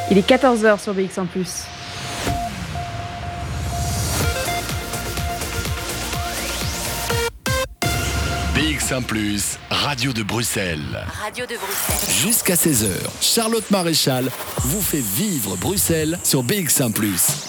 Il est 14h sur BX1+. BX1+, Radio de Bruxelles. Radio de Bruxelles. Jusqu'à 16h, Charlotte Maréchal vous fait vivre Bruxelles sur BX1+.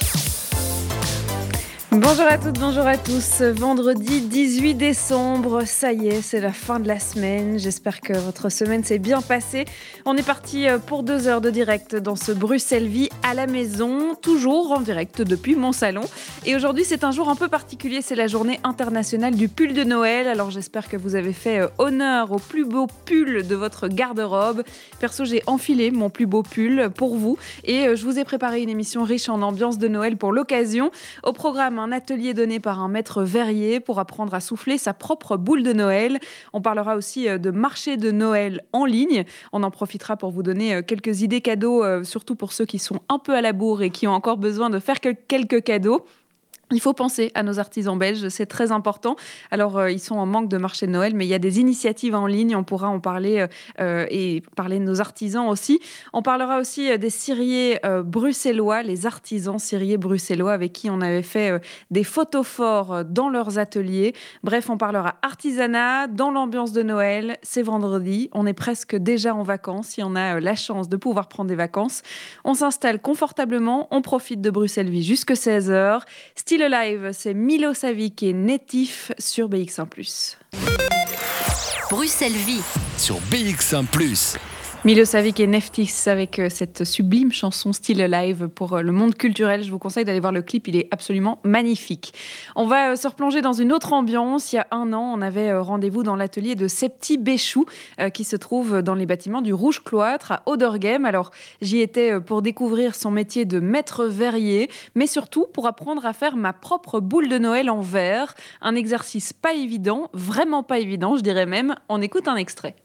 Bonjour à toutes, bonjour à tous. Vendredi 18 décembre, ça y est, c'est la fin de la semaine. J'espère que votre semaine s'est bien passée. On est parti pour 2 heures de direct dans ce Bruxelles Vie à la maison, toujours en direct depuis mon salon. Et aujourd'hui, c'est un jour un peu particulier, c'est la journée internationale du pull de Noël. Alors j'espère que vous avez fait honneur au plus beau pull de votre garde-robe. Perso, j'ai enfilé mon plus beau pull pour vous et je vous ai préparé une émission riche en ambiance de Noël pour l'occasion. Au programme, un atelier donné par un maître verrier pour apprendre à souffler sa propre boule de Noël. On parlera aussi de marché de Noël en ligne. On en profitera pour vous donner quelques idées cadeaux, surtout pour ceux qui sont un peu à la bourre et qui ont encore besoin de faire quelques cadeaux. Il faut penser à nos artisans belges, c'est très important. Alors, ils sont en manque de marché de Noël, mais il y a des initiatives en ligne, on pourra en parler et parler de nos artisans aussi. On parlera aussi des ciriers bruxellois, les artisans ciriers bruxellois avec qui on avait fait des photos forts dans leurs ateliers. Bref, on parlera artisanat dans l'ambiance de Noël. C'est vendredi, on est presque déjà en vacances, si on a la chance de pouvoir prendre des vacances. On s'installe confortablement, on profite de Bruxelles Vie jusque 16h. Still Alive, c'est Milo Savic et Natif sur BX1+. Bruxelles Vie Sur BX1+. Milo Savic et Neftis avec cette sublime chanson Still Alive pour le monde culturel. Je vous conseille d'aller voir le clip, il est absolument magnifique. On va se replonger dans une autre ambiance. Il y a 1 an, on avait rendez-vous dans l'atelier de Septi Béchou qui se trouve dans les bâtiments du Rouge Cloître à Oderghem. Alors, j'y étais pour découvrir son métier de maître verrier, mais surtout pour apprendre à faire ma propre boule de Noël en verre. Un exercice pas évident, vraiment pas évident, je dirais même. On écoute un extrait.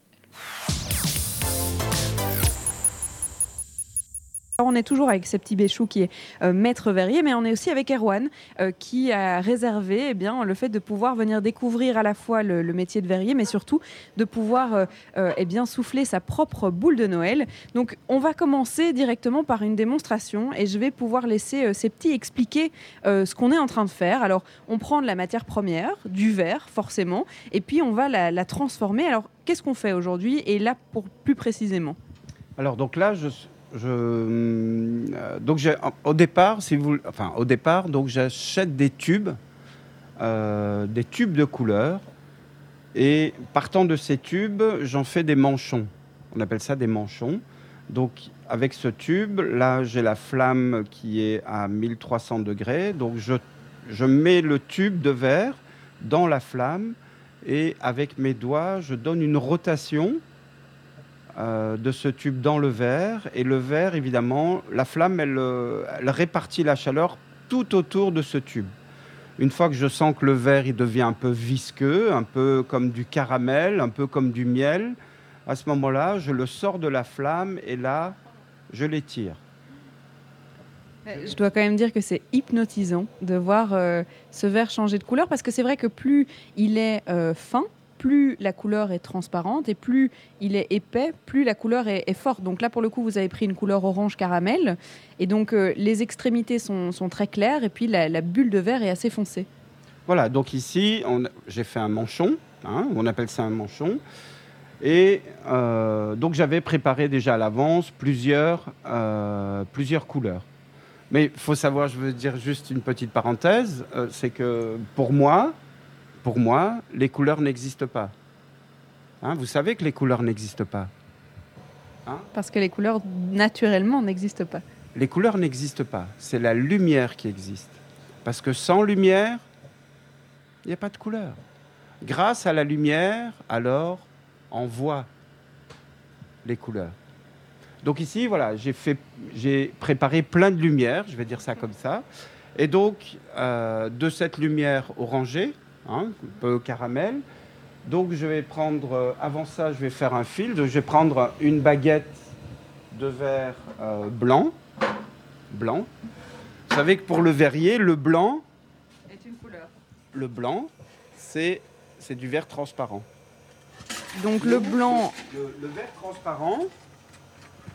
On est toujours avec Septi Béchou qui est maître verrier, mais on est aussi avec Erwan qui a réservé le fait de pouvoir venir découvrir à la fois le métier de verrier, mais surtout de pouvoir souffler sa propre boule de Noël. Donc on va commencer directement par une démonstration et je vais pouvoir laisser Septi expliquer ce qu'on est en train de faire. Alors on prend de la matière première, du verre forcément, et puis on va la transformer. Alors qu'est-ce qu'on fait aujourd'hui et là pour plus précisément? Alors donc là, au départ, donc j'achète des tubes de couleur et partant de ces tubes, j'en fais des manchons. On appelle ça des manchons. Donc avec ce tube, là j'ai la flamme qui est à 1300 degrés. Donc je mets le tube de verre dans la flamme et avec mes doigts, je donne une rotation de ce tube dans le verre. Et le verre, évidemment, la flamme, elle répartit la chaleur tout autour de ce tube. Une fois que je sens que le verre il devient un peu visqueux, un peu comme du caramel, un peu comme du miel, à ce moment-là, je le sors de la flamme et là, je l'étire. Je dois quand même dire que c'est hypnotisant de voir ce verre changer de couleur parce que c'est vrai que plus il est fin, plus la couleur est transparente et plus il est épais, plus la couleur est forte. Donc là, pour le coup, vous avez pris une couleur orange caramel et donc les extrémités sont très claires et puis la bulle de verre est assez foncée. Voilà, donc ici, j'ai fait un manchon, on appelle ça un manchon. Et donc j'avais préparé déjà à l'avance plusieurs couleurs. Mais il faut savoir, je veux dire juste une petite parenthèse, c'est que pour moi, les couleurs n'existent pas. Vous savez que les couleurs n'existent pas. Parce que les couleurs, naturellement, n'existent pas. Les couleurs n'existent pas. C'est la lumière qui existe. Parce que sans lumière, il n'y a pas de couleur. Grâce à la lumière, alors, on voit les couleurs. Donc ici, voilà, j'ai préparé plein de lumière, je vais dire ça comme ça. Et donc, de cette lumière orangée, un peu caramel. Donc je vais prendre, avant ça, je vais faire un fil. Donc, je vais prendre une baguette de verre blanc. Vous savez que pour le verrier, le blanc est une couleur. Le blanc, c'est du verre transparent. Donc le blanc... Le verre transparent,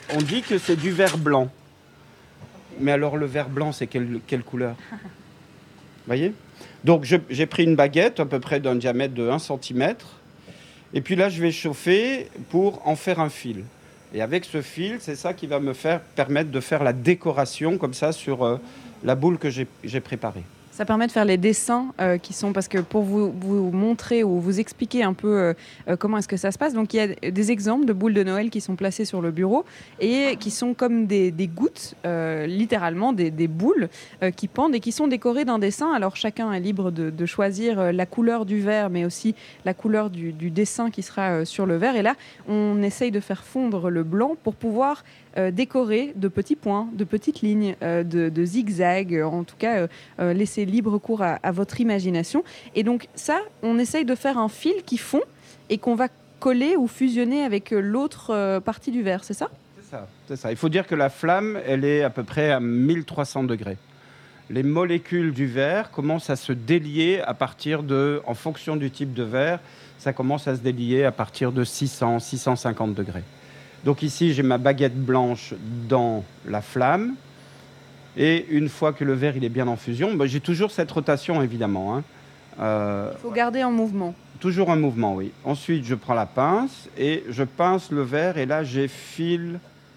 On dit que c'est du verre blanc. Mais alors le verre blanc, c'est quelle couleur? Vous voyez? Donc j'ai pris une baguette à peu près d'un diamètre de 1 cm. Et puis là, je vais chauffer pour en faire un fil. Et avec ce fil, c'est ça qui va me permettre de faire la décoration comme ça sur la boule que j'ai préparée. Ça permet de faire les dessins qui sont... Parce que pour vous montrer ou vous expliquer un peu comment est-ce que ça se passe, donc il y a des exemples de boules de Noël qui sont placées sur le bureau et qui sont comme des gouttes, littéralement des boules qui pendent et qui sont décorées d'un dessin. Alors chacun est libre de choisir la couleur du verre, mais aussi la couleur du dessin qui sera sur le verre. Et là, on essaye de faire fondre le blanc pour pouvoir décorer de petits points, de petites lignes, de zigzags, en tout cas laisser libre cours à votre imagination. Et donc ça, on essaye de faire un fil qui fond et qu'on va coller ou fusionner avec l'autre partie du verre, c'est ça ? C'est ça. Il faut dire que la flamme, elle est à peu près à 1300 degrés. Les molécules du verre commencent à se délier en fonction du type de verre, ça commence à se délier à partir de 600, 650 degrés. Donc ici, j'ai ma baguette blanche dans la flamme. Et une fois que le verre il est bien en fusion, j'ai toujours cette rotation, évidemment. Il faut garder en mouvement. Toujours en mouvement, oui. Ensuite, je prends la pince et je pince le verre. Et là, j'effile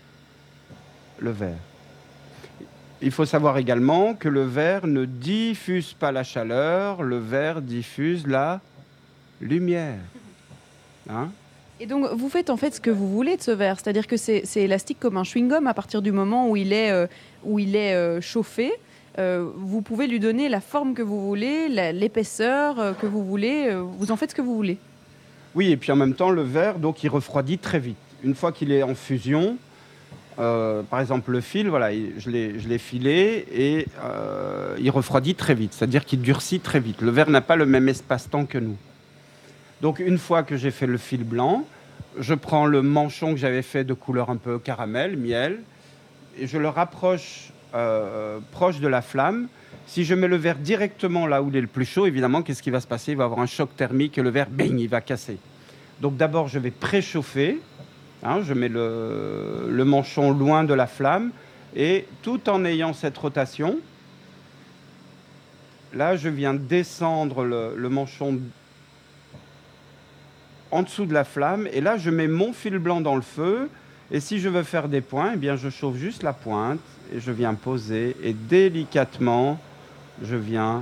le verre. Il faut savoir également que le verre ne diffuse pas la chaleur. Le verre diffuse la lumière. Et donc, vous faites en fait ce que vous voulez de ce verre, c'est-à-dire que c'est élastique comme un chewing-gum à partir du moment où il est chauffé. Vous pouvez lui donner la forme que vous voulez, l'épaisseur que vous voulez. Vous en faites ce que vous voulez. Oui, et puis en même temps, le verre, donc, il refroidit très vite. Une fois qu'il est en fusion, par exemple le fil, voilà, je l'ai filé et il refroidit très vite, c'est-à-dire qu'il durcit très vite. Le verre n'a pas le même espace-temps que nous. Donc une fois que j'ai fait le fil blanc, je prends le manchon que j'avais fait de couleur un peu caramel, miel, et je le rapproche proche de la flamme. Si je mets le verre directement là où il est le plus chaud, évidemment, qu'est-ce qui va se passer? Il va y avoir un choc thermique et le verre, bing, il va casser. Donc d'abord, je vais préchauffer. Je mets le manchon loin de la flamme et tout en ayant cette rotation, là, je viens descendre le manchon en dessous de la flamme et là, je mets mon fil blanc dans le feu et si je veux faire des points, eh bien, je chauffe juste la pointe et je viens poser et délicatement, je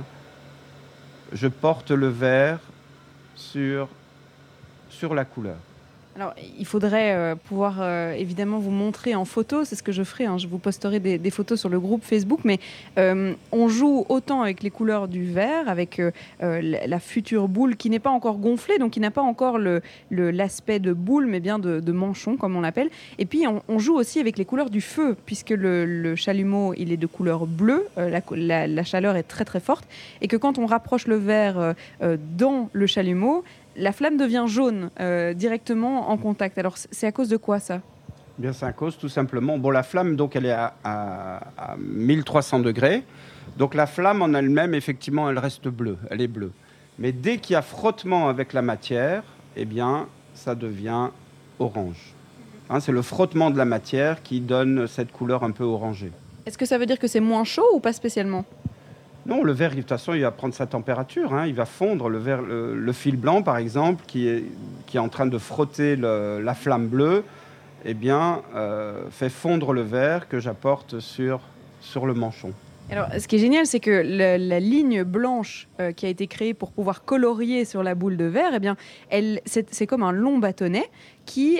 porte le verre sur la couleur. Alors, il faudrait pouvoir évidemment vous montrer en photo, c'est ce que je ferai, je vous posterai des photos sur le groupe Facebook, mais on joue autant avec les couleurs du verre, avec la future boule qui n'est pas encore gonflée, donc qui n'a pas encore l'aspect de boule, mais bien de manchon, comme on l'appelle. Et puis, on joue aussi avec les couleurs du feu, puisque le chalumeau, il est de couleur bleue, la chaleur est très très forte, et que quand on rapproche le verre dans le chalumeau, la flamme devient jaune directement en contact. Alors, c'est à cause de quoi, ça ? Bien, c'est à cause, tout simplement... la flamme, donc, elle est à 1300 degrés. Donc, la flamme en elle-même, effectivement, elle reste bleue. Elle est bleue. Mais dès qu'il y a frottement avec la matière, eh bien, ça devient orange. C'est le frottement de la matière qui donne cette couleur un peu orangée. Est-ce que ça veut dire que c'est moins chaud ou pas spécialement ? Non, le verre, de toute façon, il va prendre sa température. Il va fondre. Le verre, le fil blanc, par exemple, qui est en train de frotter la flamme bleue, eh bien, fait fondre le verre que j'apporte sur le manchon. Alors, ce qui est génial, c'est que la ligne blanche qui a été créée pour pouvoir colorier sur la boule de verre, eh bien, c'est comme un long bâtonnet qui,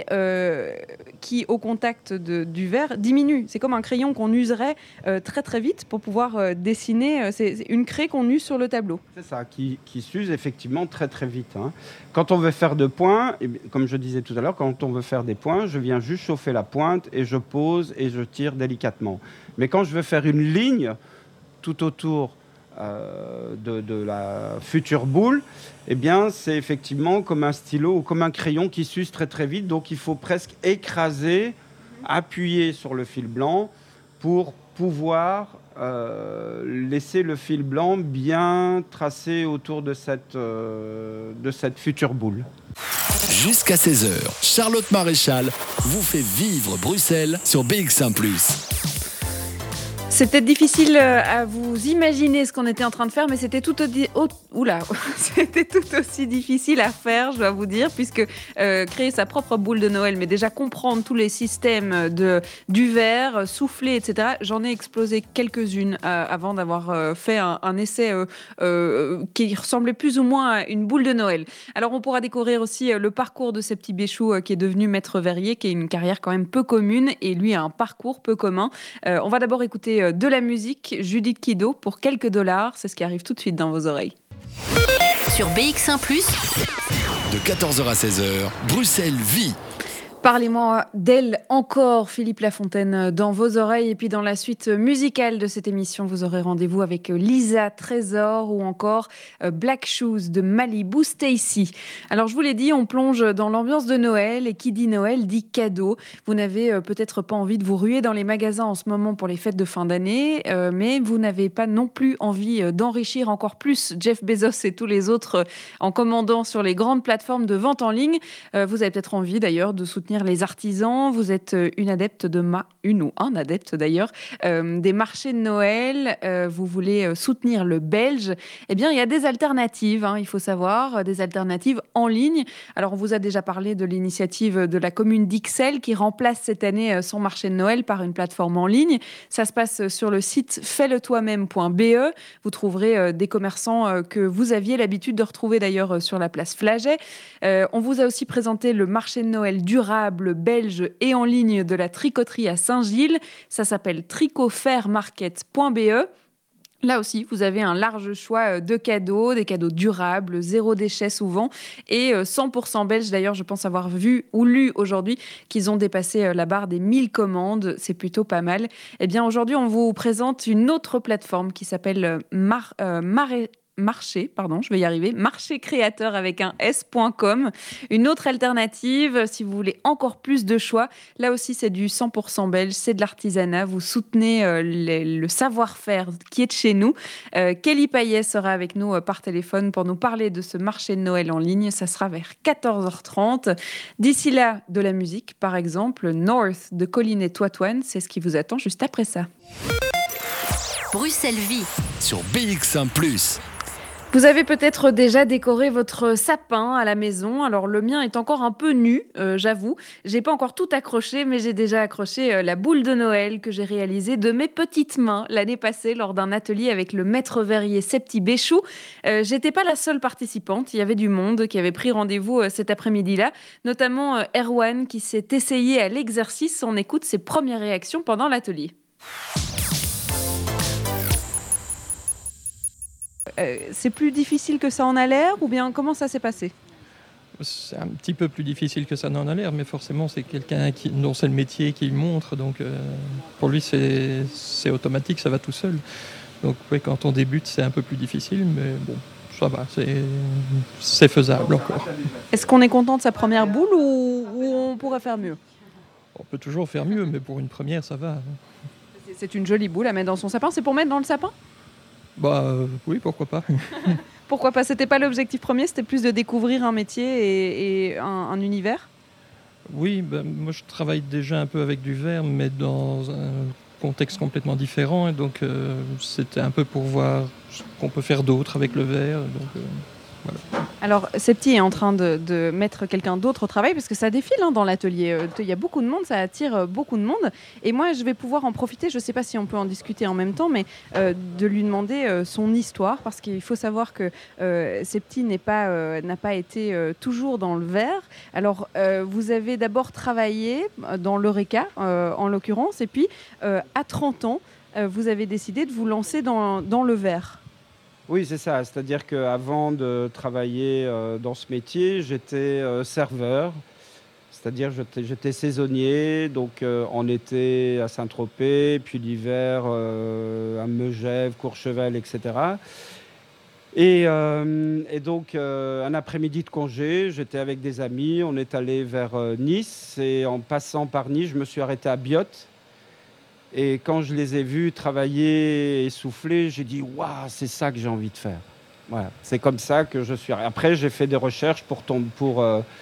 au contact du verre, diminue. C'est comme un crayon qu'on userait très très vite pour pouvoir dessiner. C'est une craie qu'on use sur le tableau. C'est ça, qui s'use effectivement très très vite. Quand on veut faire de points, comme je disais tout à l'heure, quand on veut faire des points, je viens juste chauffer la pointe et je pose et je tire délicatement. Mais quand je veux faire une ligne tout autour de la future boule, eh bien, c'est effectivement comme un stylo ou comme un crayon qui s'use très très vite. Donc, il faut presque écraser, appuyer sur le fil blanc pour pouvoir laisser le fil blanc bien tracé autour de cette future boule. Jusqu'à 16h, Charlotte Maréchal vous fait vivre Bruxelles sur BX1 +. C'est peut-être difficile à vous imaginer ce qu'on était en train de faire, mais c'était c'était tout aussi difficile à faire, je dois vous dire, puisque créer sa propre boule de Noël, mais déjà comprendre tous les systèmes du verre, souffler, etc. J'en ai explosé quelques-unes avant d'avoir fait un essai qui ressemblait plus ou moins à une boule de Noël. Alors on pourra découvrir aussi le parcours de ce petit Béchou qui est devenu maître verrier, qui a une carrière quand même peu commune, et lui a un parcours peu commun. On va d'abord écouter de la musique, Judith Kido pour quelques dollars, c'est ce qui arrive tout de suite dans vos oreilles. Sur BX1 +, De 14h à 16h, Bruxelles vit. Parlez-moi d'elle encore, Philippe Lafontaine, dans vos oreilles. Et puis dans la suite musicale de cette émission, vous aurez rendez-vous avec Lisa Trésor ou encore Black Shoes de Malibu Stacy. Alors je vous l'ai dit, on plonge dans l'ambiance de Noël et qui dit Noël dit cadeau. Vous n'avez peut-être pas envie de vous ruer dans les magasins en ce moment pour les fêtes de fin d'année, mais vous n'avez pas non plus envie d'enrichir encore plus Jeff Bezos et tous les autres en commandant sur les grandes plateformes de vente en ligne. Vous avez peut-être envie d'ailleurs de soutenir les artisans, vous êtes une adepte une ou un adepte d'ailleurs des marchés de Noël, vous voulez soutenir le belge, eh bien il y a des alternatives, il faut savoir, des alternatives en ligne. Alors on vous a déjà parlé de l'initiative de la commune d'Ixelles qui remplace cette année son marché de Noël par une plateforme en ligne. Ça se passe sur le site fais-le-toi-même.be. Vous trouverez des commerçants que vous aviez l'habitude de retrouver d'ailleurs sur la place Flaget. On vous a aussi présenté le marché de Noël durable belge et en ligne de la tricoterie à Saint-Gilles. Ça s'appelle tricofairmarket.be. Là aussi, vous avez un large choix de cadeaux, des cadeaux durables, zéro déchet souvent, et 100% belges. D'ailleurs, je pense avoir vu ou lu aujourd'hui qu'ils ont dépassé la barre des 1000 commandes. C'est plutôt pas mal. Eh bien, aujourd'hui, on vous présente une autre plateforme qui s'appelle Marché créateur avec un s.com. Une autre alternative, si vous voulez encore plus de choix, là aussi c'est du 100% belge, c'est de l'artisanat, vous soutenez le savoir-faire qui est de chez nous. Kelly Payet sera avec nous par téléphone pour nous parler de ce marché de Noël en ligne, ça sera vers 14h30. D'ici là, de la musique, par exemple, North de Colline et Toitoine, c'est ce qui vous attend juste après ça. Bruxelles vit. Sur BX1 +. Vous avez peut-être déjà décoré votre sapin à la maison. Alors le mien est encore un peu nu, j'avoue. J'ai pas encore tout accroché, mais j'ai déjà accroché la boule de Noël que j'ai réalisée de mes petites mains l'année passée lors d'un atelier avec le maître verrier Septi Béchou. J'étais pas la seule participante. Il y avait du monde qui avait pris rendez-vous cet après-midi-là, notamment Erwan qui s'est essayé à l'exercice. On écoute ses premières réactions pendant l'atelier. C'est plus difficile que ça en a l'air ou bien comment ça s'est passé ? C'est un petit peu plus difficile que ça n'en a l'air, mais forcément c'est quelqu'un dont c'est le métier qui le montre, donc pour lui c'est automatique, ça va tout seul. Donc ouais, quand on débute c'est un peu plus difficile, mais bon, ça va, c'est faisable encore. Est-ce qu'on est content de sa première boule ou on pourrait faire mieux ? On peut toujours faire mieux, mais pour une première ça va. C'est une jolie boule à mettre dans son sapin, c'est pour mettre dans le sapin ? Oui, pourquoi pas. Pourquoi pas ? C'était pas l'objectif premier, c'était plus de découvrir un métier et un univers ? Oui, moi je travaille déjà un peu avec du verre, mais dans un contexte complètement différent. Et donc c'était un peu pour voir ce qu'on peut faire d'autre avec le verre. Donc, voilà. Alors, Septi est en train de mettre quelqu'un d'autre au travail parce que ça défile dans l'atelier. Il y a beaucoup de monde, ça attire beaucoup de monde. Et moi, je vais pouvoir en profiter, je ne sais pas si on peut en discuter en même temps, mais de lui demander son histoire parce qu'il faut savoir que Septi n'a pas été toujours dans le verre. Alors, vous avez d'abord travaillé dans l'Eureka, en l'occurrence, et puis à 30 ans, vous avez décidé de vous lancer dans le verre. Oui, c'est ça. C'est-à-dire qu'avant de travailler dans ce métier, j'étais serveur. C'est-à-dire j'étais saisonnier, donc en été à Saint-Tropez, puis l'hiver à Megève, Courchevel, etc. Et donc un après-midi de congé, j'étais avec des amis, on est allé vers Nice, et en passant par Nice, je me suis arrêté à Biot. Et quand je les ai vus travailler et souffler, j'ai dit « Waouh, c'est ça que j'ai envie de faire ». Voilà, c'est comme ça que je suis. Après, j'ai fait des recherches pour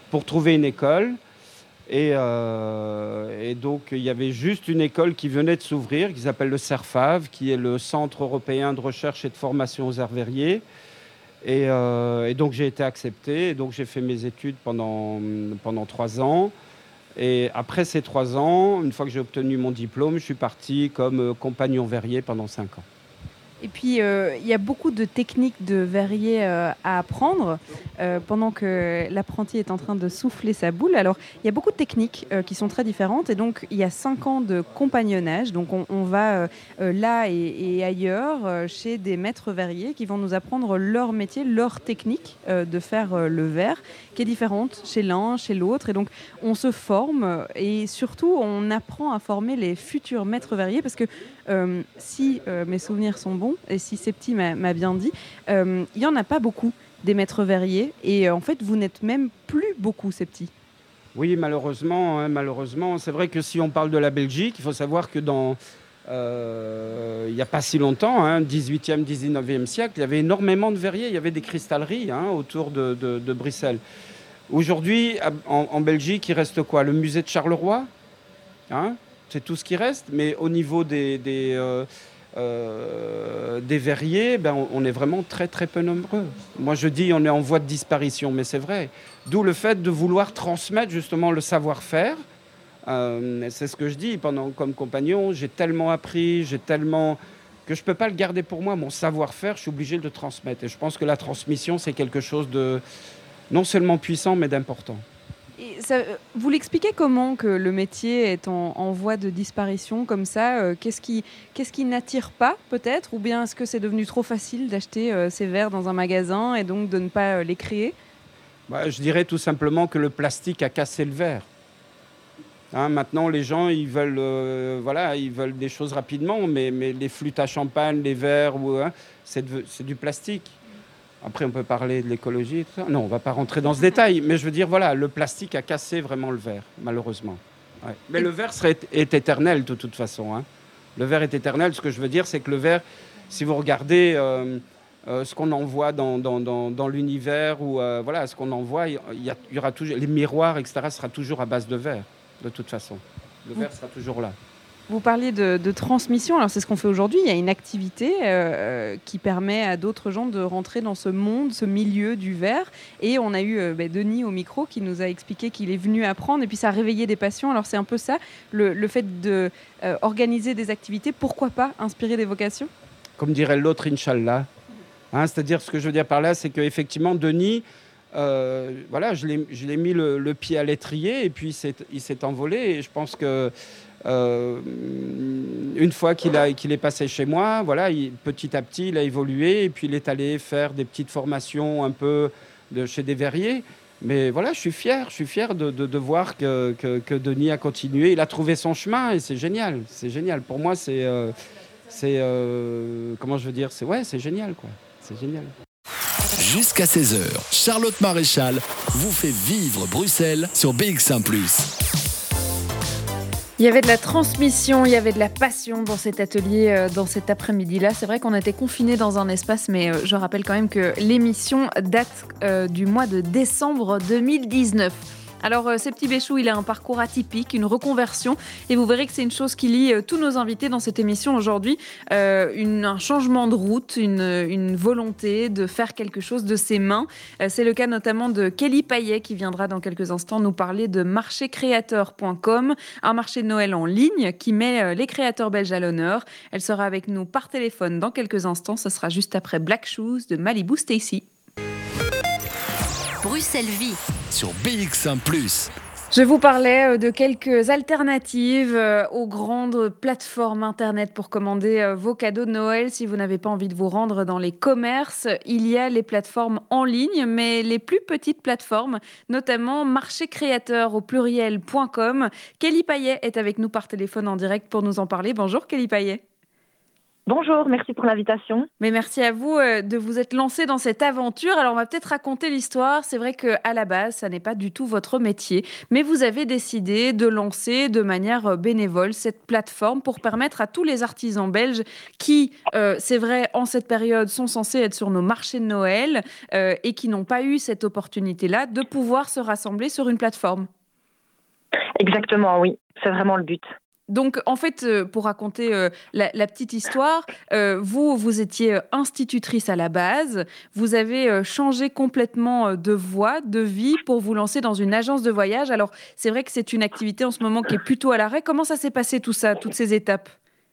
pour trouver une école. Et donc, il y avait juste une école qui venait de s'ouvrir, qui s'appelle le CERFAV, qui est le Centre européen de recherche et de formation aux arts verriers. Et donc, j'ai été accepté. Et donc, j'ai fait mes études pendant 3 ans. Et après ces 3 ans, une fois que j'ai obtenu mon diplôme, je suis parti comme compagnon verrier pendant 5 ans. Et puis, il y a beaucoup de techniques de verrier à apprendre pendant que l'apprenti est en train de souffler sa boule. Alors, il y a beaucoup de techniques qui sont très différentes. Et donc, il y a 5 ans de compagnonnage. Donc, on va là et ailleurs chez des maîtres verriers qui vont nous apprendre leur métier, leur technique de faire le verre, qui est différente chez l'un, chez l'autre. Et donc, on se forme et surtout, on apprend à former les futurs maîtres verriers parce que si mes souvenirs sont bons, et si Septi m'a bien dit, il n'y en a pas beaucoup des maîtres verriers. Et en fait, vous n'êtes même plus beaucoup, Septi. Oui, malheureusement, malheureusement. C'est vrai que si on parle de la Belgique, il faut savoir que il n'y a pas si longtemps, 18e, 19e siècle, il y avait énormément de verriers, il y avait des cristalleries autour de Bruxelles. Aujourd'hui, en Belgique, il reste quoi? Le musée de Charleroi, c'est tout ce qui reste. Mais au niveau des verriers, on est vraiment très très peu nombreux. Moi je dis on est en voie de disparition, mais c'est vrai. D'où le fait de vouloir transmettre justement le savoir-faire. C'est ce que je dis comme compagnon. J'ai tellement appris, que je ne peux pas le garder pour moi. Mon savoir-faire, je suis obligé de le transmettre. Et je pense que la transmission, c'est quelque chose de non seulement puissant, mais d'important. Et ça, vous l'expliquez comment que le métier est en voie de disparition comme ça qu'est-ce qui n'attire pas peut-être? Ou bien est-ce que c'est devenu trop facile d'acheter ces verres dans un magasin et donc de ne pas les créer? Je dirais tout simplement que le plastique a cassé le verre. Maintenant, les gens, ils veulent des choses rapidement, mais les flûtes à champagne, les verres, c'est du plastique. Après, on peut parler de l'écologie et tout ça. Non, on ne va pas rentrer dans ce détail. Mais je veux dire, le plastique a cassé vraiment le verre, malheureusement. Ouais. Mais le verre est éternel, de toute façon. Le verre est éternel. Ce que je veux dire, c'est que le verre, si vous regardez ce qu'on envoie dans l'univers, ou ce qu'on envoie, il y aura toujours... Les miroirs, etc., sera toujours à base de verre, de toute façon. Le verre sera toujours là. Vous parliez de transmission, alors c'est ce qu'on fait aujourd'hui. Il y a une activité qui permet à d'autres gens de rentrer dans ce monde, ce milieu du verre. Et on a eu Denis au micro qui nous a expliqué qu'il est venu apprendre et puis ça a réveillé des passions. Alors c'est un peu ça, le fait d'organiser des activités, pourquoi pas inspirer des vocations? Comme dirait l'autre, Inch'Allah. C'est-à-dire, ce que je veux dire par là, c'est qu'effectivement, Denis, je l'ai mis le pied à l'étrier et puis il s'est envolé. Et je pense que une fois qu'il est passé chez moi, petit à petit, il a évolué et puis il est allé faire des petites formations un peu chez des verriers. Mais je suis fier de voir que Denis a continué. Il a trouvé son chemin et c'est génial. C'est génial. Pour moi, c'est génial, quoi. C'est génial. Jusqu'à 16h, Charlotte Maréchal vous fait vivre Bruxelles sur BX1 +. Il y avait de la transmission, il y avait de la passion dans cet atelier, dans cet après-midi-là. C'est vrai qu'on était confinés dans un espace, mais je rappelle quand même que l'émission date du mois de décembre 2019. Alors, Septi Béchou, il a un parcours atypique, une reconversion, et vous verrez que c'est une chose qui lie tous nos invités dans cette émission aujourd'hui. Un changement de route, une volonté de faire quelque chose de ses mains. C'est le cas notamment de Kelly Payet qui viendra dans quelques instants nous parler de marchécréateur.com, un marché de Noël en ligne qui met les créateurs belges à l'honneur. Elle sera avec nous par téléphone dans quelques instants. Ce sera juste après Black Shoes de Malibu Stacy. Bruxelles Vie sur BX1 +. Je vous parlais de quelques alternatives aux grandes plateformes Internet pour commander vos cadeaux de Noël. Si vous n'avez pas envie de vous rendre dans les commerces, il y a les plateformes en ligne, mais les plus petites plateformes, notamment marchécréateur au pluriel.com. Kelly Payet est avec nous par téléphone en direct pour nous en parler. Bonjour Kelly Payet. Bonjour, merci pour l'invitation. Mais merci à vous de vous être lancé dans cette aventure. Alors, on va peut-être raconter l'histoire. C'est vrai qu'à la base, ça n'est pas du tout votre métier, mais vous avez décidé de lancer de manière bénévole cette plateforme pour permettre à tous les artisans belges qui, c'est vrai, en cette période, sont censés être sur nos marchés de Noël et qui n'ont pas eu cette opportunité-là de pouvoir se rassembler sur une plateforme. Exactement, oui, c'est vraiment le but. Donc, en fait, pour raconter la petite histoire, vous étiez institutrice à la base. Vous avez changé complètement de voie, de vie pour vous lancer dans une agence de voyage. Alors, c'est vrai que c'est une activité en ce moment qui est plutôt à l'arrêt. Comment ça s'est passé tout ça, toutes ces étapes ?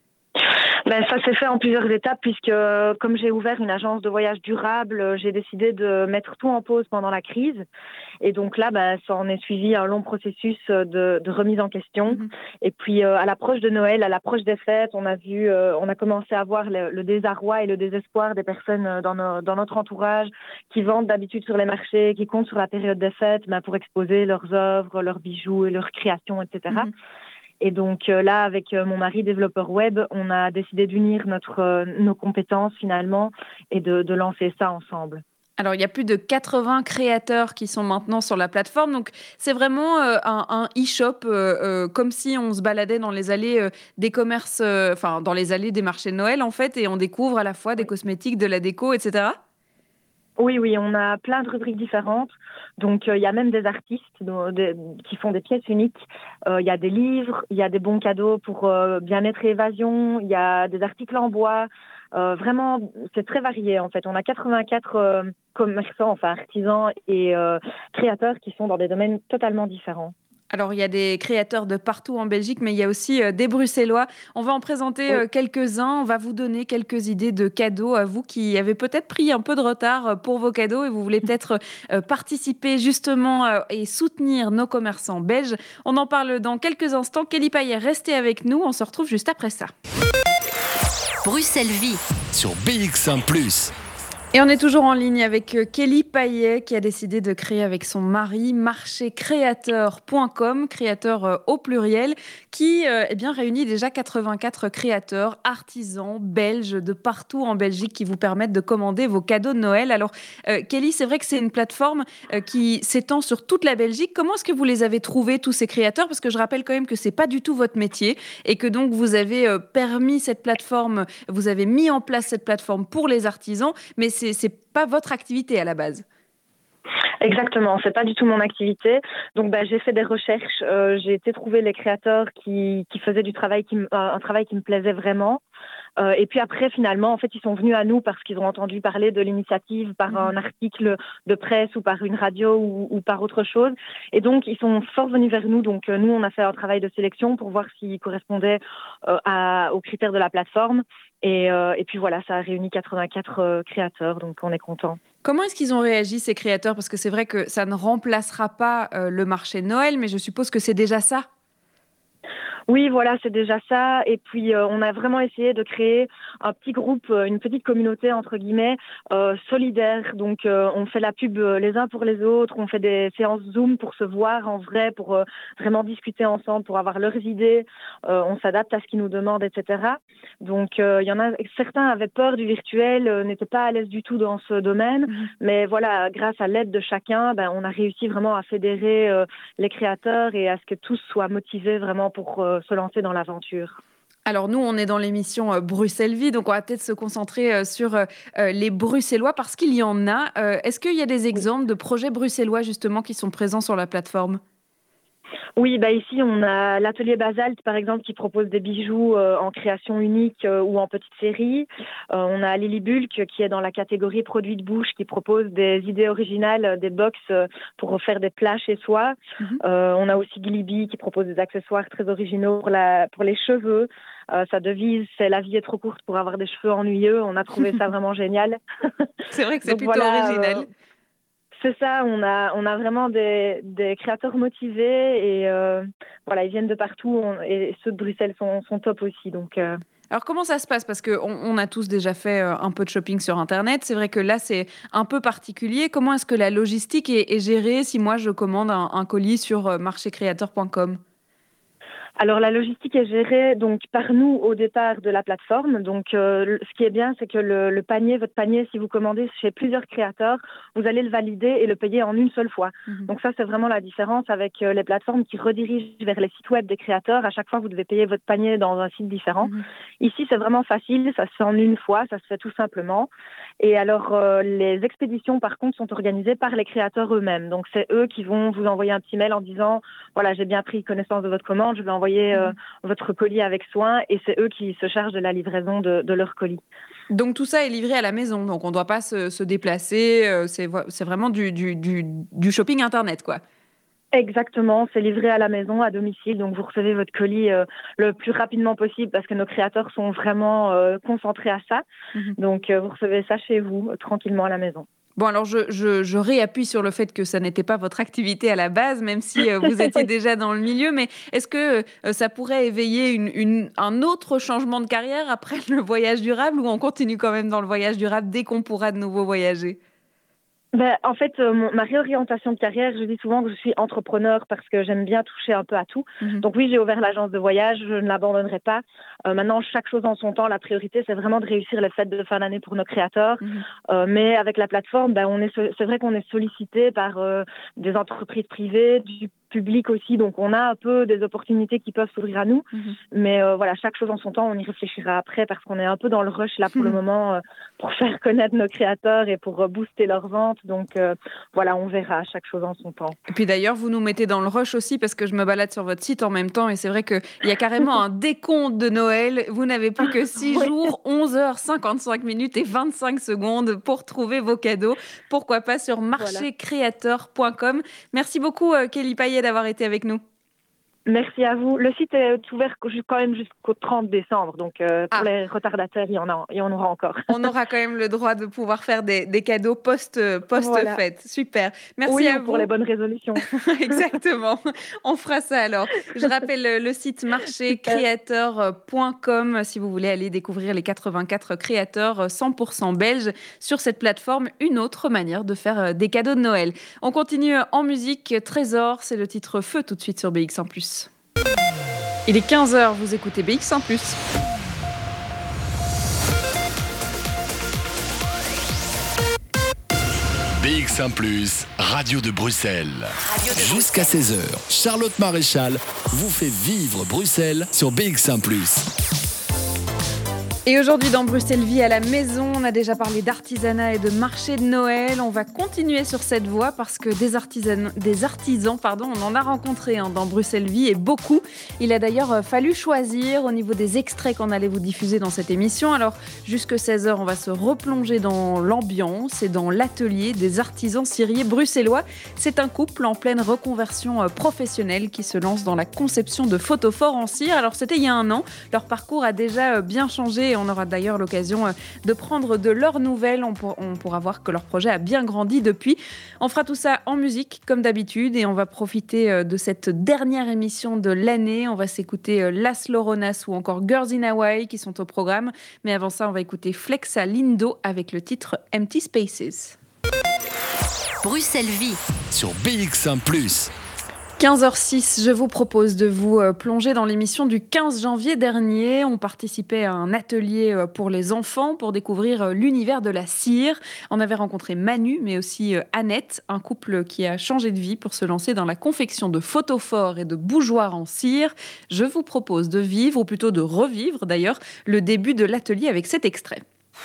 Ça s'est fait en plusieurs étapes puisque comme j'ai ouvert une agence de voyage durable, j'ai décidé de mettre tout en pause pendant la crise. Et donc là, ça en est suivi un long processus de remise en question. Mmh. Et puis à l'approche de Noël, à l'approche des fêtes, on a commencé à voir le désarroi et le désespoir des personnes dans notre entourage qui vendent d'habitude sur les marchés, qui comptent sur la période des fêtes pour exposer leurs œuvres, leurs bijoux et leurs créations, etc. Mmh. Et donc là, avec mon mari développeur web, on a décidé d'unir nos compétences finalement et de lancer ça ensemble. Alors, il y a plus de 80 créateurs qui sont maintenant sur la plateforme. Donc, c'est vraiment un e-shop, comme si on se baladait dans les allées des commerces, dans les allées des marchés de Noël, en fait, et on découvre à la fois des cosmétiques, de la déco, etc. Oui, on a plein de rubriques différentes. Donc, il y a même des artistes qui font des pièces uniques. Il y a des livres, il y a des bons cadeaux pour bien-être et évasion, il y a des articles en bois. Vraiment, c'est très varié, en fait. On a 84 commerçants, artisans et créateurs qui sont dans des domaines totalement différents. Alors, il y a des créateurs de partout en Belgique, mais il y a aussi des Bruxellois. On va en présenter quelques-uns. On va vous donner quelques idées de cadeaux à vous qui avez peut-être pris un peu de retard pour vos cadeaux et vous voulez peut-être participer justement et soutenir nos commerçants belges. On en parle dans quelques instants. Kelly Payet, restez avec nous. On se retrouve juste après ça. Bruxelles Vie sur BX1+. Et on est toujours en ligne avec Kelly Payet qui a décidé de créer avec son mari marchécréateur.com, créateur au pluriel, qui réunit déjà 84 créateurs, artisans belges de partout en Belgique qui vous permettent de commander vos cadeaux de Noël. Alors Kelly, c'est vrai que c'est une plateforme qui s'étend sur toute la Belgique. Comment est-ce que vous les avez trouvés, tous ces créateurs ? Parce que je rappelle quand même que c'est pas du tout votre métier et que donc vous avez permis cette plateforme, vous avez mis en place cette plateforme pour les artisans, mais c'est pas votre activité à la base. Exactement, c'est pas du tout mon activité. Donc j'ai fait des recherches, j'ai été trouver les créateurs qui faisaient un travail qui me plaisait vraiment. Et puis après, finalement, en fait, ils sont venus à nous parce qu'ils ont entendu parler de l'initiative par un article de presse ou par une radio ou par autre chose. Et donc, ils sont fort venus vers nous. Donc, nous, on a fait un travail de sélection pour voir s'ils correspondaient aux critères de la plateforme. Et puis voilà, ça a réuni 84 créateurs. Donc, on est contents. Comment est-ce qu'ils ont réagi, ces créateurs ? Parce que c'est vrai que ça ne remplacera pas le marché de Noël, mais je suppose que c'est déjà ça. Oui, voilà, c'est déjà ça. Et puis, on a vraiment essayé de créer un petit groupe, une petite communauté, entre guillemets, solidaire. Donc, on fait la pub les uns pour les autres. On fait des séances Zoom pour se voir en vrai, pour vraiment discuter ensemble, pour avoir leurs idées. On s'adapte à ce qu'ils nous demandent, etc. Donc, il y en a certains avaient peur du virtuel, n'étaient pas à l'aise du tout dans ce domaine. Mais voilà, grâce à l'aide de chacun, on a réussi vraiment à fédérer les créateurs et à ce que tous soient motivés vraiment pour se lancer dans l'aventure. Alors nous, on est dans l'émission Bruxelles Vie, donc on va peut-être se concentrer sur les Bruxellois parce qu'il y en a. Est-ce qu'il y a des exemples de projets bruxellois justement qui sont présents sur la plateforme ? Oui, ici, on a l'atelier Basalte, par exemple, qui propose des bijoux en création unique ou en petite série. On a Lily Bulk, qui est dans la catégorie produits de bouche, qui propose des idées originales, des box pour faire des plats chez soi. On a aussi Gliby, qui propose des accessoires très originaux pour les cheveux. Sa devise, c'est « La vie est trop courte pour avoir des cheveux ennuyeux ». On a trouvé ça vraiment génial. C'est vrai que c'est plutôt original. C'est ça, on a vraiment des créateurs motivés et ils viennent de partout et ceux de Bruxelles sont top aussi. Donc, Alors comment ça se passe ? Parce qu'on a tous déjà fait un peu de shopping sur Internet. C'est vrai que là, c'est un peu particulier. Comment est-ce que la logistique est gérée si moi, je commande un colis sur marchécréateur.com ? Alors la logistique est gérée donc par nous au départ de la plateforme. Donc ce qui est bien, c'est que le panier, votre panier, si vous commandez chez plusieurs créateurs, vous allez le valider et le payer en une seule fois. Donc ça, c'est vraiment la différence avec les plateformes qui redirigent vers les sites web des créateurs. À chaque fois, vous devez payer votre panier dans un site différent. Ici, c'est vraiment facile, ça se fait en une fois, ça se fait tout simplement. Et alors les expéditions, par contre, sont organisées par les créateurs eux-mêmes. Donc c'est eux qui vont vous envoyer un petit mail en disant voilà, j'ai bien pris connaissance de votre commande, je vais envoyer votre colis avec soin, et c'est eux qui se chargent de la livraison de leur colis. Donc tout ça est livré à la maison, donc on ne doit pas se déplacer, c'est vraiment du shopping internet, quoi. Exactement, c'est livré à la maison, à domicile, donc vous recevez votre colis le plus rapidement possible parce que nos créateurs sont vraiment concentrés à ça. Donc vous recevez ça chez vous, tranquillement à la maison. Bon, alors je réappuie sur le fait que ça n'était pas votre activité à la base, même si vous étiez déjà dans le milieu, mais est-ce que ça pourrait éveiller un autre changement de carrière après le voyage durable, ou on continue quand même dans le voyage durable dès qu'on pourra de nouveau voyager ? En fait, ma réorientation de carrière, je dis souvent que je suis entrepreneur parce que j'aime bien toucher un peu à tout. Donc oui, j'ai ouvert l'agence de voyage, je ne l'abandonnerai pas. Maintenant, chaque chose en son temps, la priorité, c'est vraiment de réussir les fêtes de fin d'année pour nos créateurs. Mais avec la plateforme, c'est vrai qu'on est sollicité par des entreprises privées, du public aussi. Donc on a un peu des opportunités qui peuvent s'ouvrir à nous. Mais voilà, chaque chose en son temps, on y réfléchira après parce qu'on est un peu dans le rush là pour le moment pour faire connaître nos créateurs et pour booster leurs ventes. Donc voilà, on verra chaque chose en son temps. Et puis d'ailleurs, vous nous mettez dans le rush aussi parce que je me balade sur votre site en même temps et c'est vrai qu'il y a carrément un décompte de Noël. Vous n'avez plus que 6 jours, 11h, 55 minutes et 25 secondes pour trouver vos cadeaux. Pourquoi pas sur marchécréateur.com. Merci beaucoup Kelly Payet d'avoir été avec nous. Merci à vous. Le site est ouvert quand même jusqu'au 30 décembre. Donc, pour les retardataires, il y en aura encore. On aura quand même le droit de pouvoir faire des cadeaux post-fête. Super. Merci à vous. Pour les bonnes résolutions. Exactement. On fera ça alors. Je rappelle le site marchécréateur.com si vous voulez aller découvrir les 84 créateurs 100% belges sur cette plateforme. Une autre manière de faire des cadeaux de Noël. On continue en musique. Trésor, c'est le titre Feu tout de suite sur BX1+. Il est 15h, vous écoutez BX1+. BX1+, Radio de Bruxelles. Jusqu'à 16h, Charlotte Maréchal vous fait vivre Bruxelles sur BX1+. Et aujourd'hui, dans Bruxelles Vie à la maison, on a déjà parlé d'artisanat et de marché de Noël. On va continuer sur cette voie parce que des artisans, on en a rencontré dans Bruxelles Vie et beaucoup. Il a d'ailleurs fallu choisir au niveau des extraits qu'on allait vous diffuser dans cette émission. Alors, jusque 16h, on va se replonger dans l'ambiance et dans l'atelier des artisans ciriers bruxellois. C'est un couple en pleine reconversion professionnelle qui se lance dans la conception de photophores en cire. Alors, c'était il y a 1 an. Leur parcours a déjà bien changé. On aura d'ailleurs l'occasion de prendre de leurs nouvelles. On pourra voir que leur projet a bien grandi depuis. On fera tout ça en musique, comme d'habitude, et on va profiter de cette dernière émission de l'année. On va s'écouter Las Loronas ou encore Girls in Hawaii qui sont au programme. Mais avant ça, on va écouter Flexa Lindo avec le titre Empty Spaces. Bruxelles Vie sur BX1+. 15h06, je vous propose de vous plonger dans l'émission du 15 janvier dernier. On participait à un atelier pour les enfants pour découvrir l'univers de la cire. On avait rencontré Manu, mais aussi Annette, un couple qui a changé de vie pour se lancer dans la confection de photophores et de bougeoirs en cire. Je vous propose de vivre, ou plutôt de revivre d'ailleurs, le début de l'atelier avec cet extrait.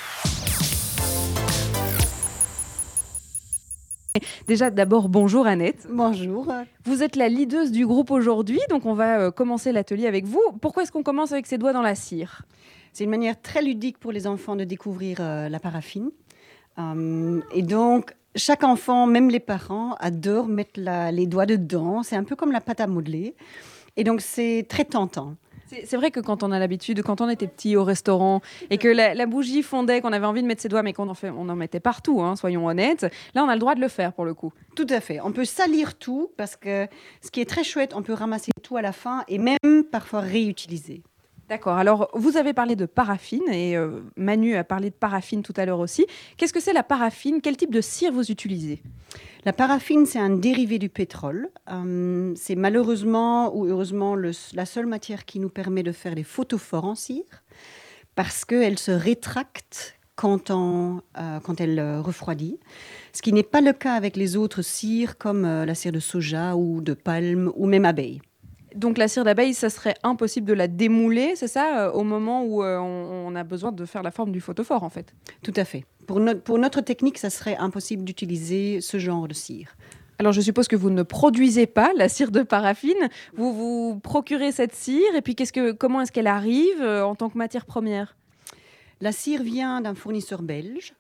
Déjà, d'abord, bonjour Annette. Bonjour. Vous êtes la leaduse du groupe aujourd'hui, donc on va commencer l'atelier avec vous. Pourquoi est-ce qu'on commence avec ses doigts dans la cire ? C'est une manière très ludique pour les enfants de découvrir la paraffine. Et donc, chaque enfant, même les parents, adorent mettre les doigts dedans. C'est un peu comme la pâte à modeler. Et donc, c'est très tentant. C'est vrai que quand on a l'habitude, quand on était petit au restaurant et que la bougie fondait, qu'on avait envie de mettre ses doigts, mais on en mettait partout, soyons honnêtes. Là, on a le droit de le faire pour le coup. Tout à fait. On peut salir tout parce que ce qui est très chouette, on peut ramasser tout à la fin et même parfois réutiliser. D'accord. Alors, vous avez parlé de paraffine et Manu a parlé de paraffine tout à l'heure aussi. Qu'est-ce que c'est la paraffine? Quel type de cire vous utilisez? La paraffine, c'est un dérivé du pétrole. C'est malheureusement ou heureusement la seule matière qui nous permet de faire des photophores en cire parce qu'elle se rétracte quand elle refroidit, ce qui n'est pas le cas avec les autres cires comme la cire de soja ou de palme ou même abeille. Donc la cire d'abeille, ça serait impossible de la démouler, c'est ça, au moment où on a besoin de faire la forme du photophore, en fait? Tout à fait. Pour notre technique, ça serait impossible d'utiliser ce genre de cire. Alors je suppose que vous ne produisez pas la cire de paraffine, vous procurez cette cire, et puis comment est-ce qu'elle arrive en tant que matière première? La cire vient d'un fournisseur belge.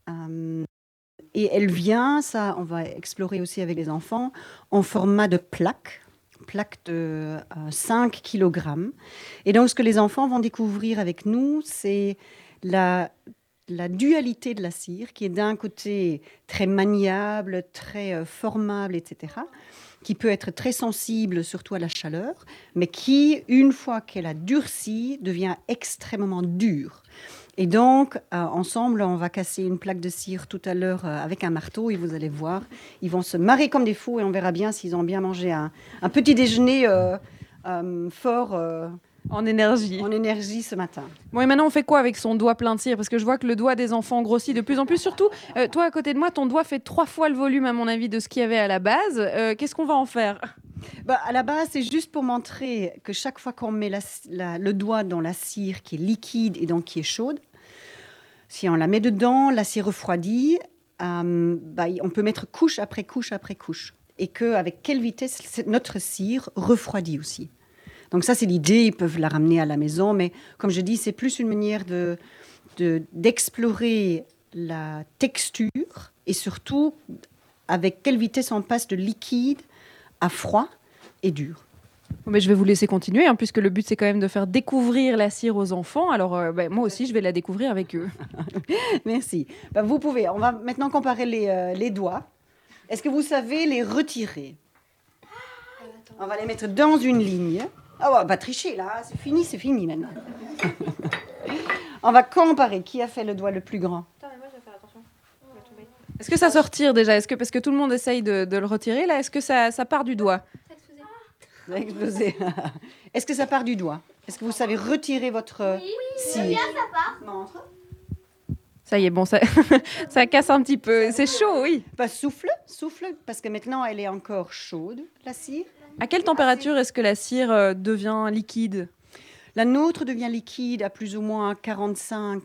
Et elle vient, ça on va explorer aussi avec les enfants, en format de plaque de 5 kg. Et donc, ce que les enfants vont découvrir avec nous, c'est la dualité de la cire, qui est d'un côté très maniable, très formable, etc., qui peut être très sensible, surtout à la chaleur, mais qui, une fois qu'elle a durci, devient extrêmement dure. Et donc, ensemble, on va casser une plaque de cire tout à l'heure avec un marteau et vous allez voir, ils vont se marrer comme des fous et on verra bien s'ils ont bien mangé un petit déjeuner fort en énergie ce matin. Bon, et maintenant, on fait quoi avec son doigt plein de cire? Parce que je vois que le doigt des enfants grossit de plus en plus. Surtout, toi, à côté de moi, ton doigt fait 3 fois le volume, à mon avis, de ce qu'il y avait à la base. Qu'est-ce qu'on va en faire? À la base, c'est juste pour montrer que chaque fois qu'on met le doigt dans la cire qui est liquide et donc qui est chaude, si on la met dedans, la cire refroidit, on peut mettre couche après couche après couche. Et qu'avec quelle vitesse notre cire refroidit aussi. Donc ça, c'est l'idée, ils peuvent la ramener à la maison, mais comme je dis, c'est plus une manière d'explorer la texture et surtout avec quelle vitesse on passe de liquide à froid et dur. Mais je vais vous laisser continuer, puisque le but, c'est quand même de faire découvrir la cire aux enfants. Alors, moi aussi, je vais la découvrir avec eux. Merci. Vous pouvez. On va maintenant comparer les doigts. Est-ce que vous savez les retirer? On va les mettre dans une ligne. Ah, on va pas tricher, là. C'est fini maintenant. On va comparer qui a fait le doigt le plus grand. Attends, mais moi, je vais faire attention. On va tomber. Est-ce que ça se retire déjà? Parce que tout le monde essaye de le retirer, là, est-ce que ça part du doigt? Ça a explosé. Est-ce que ça part du doigt? Est-ce que vous savez retirer votre cire? Bien, ça part. Montre. Ça y est, bon, ça casse un petit peu. C'est chaud, oui. Souffle, parce que maintenant, elle est encore chaude, la cire. À quelle température est-ce que la cire devient liquide? La nôtre devient liquide à plus ou moins 45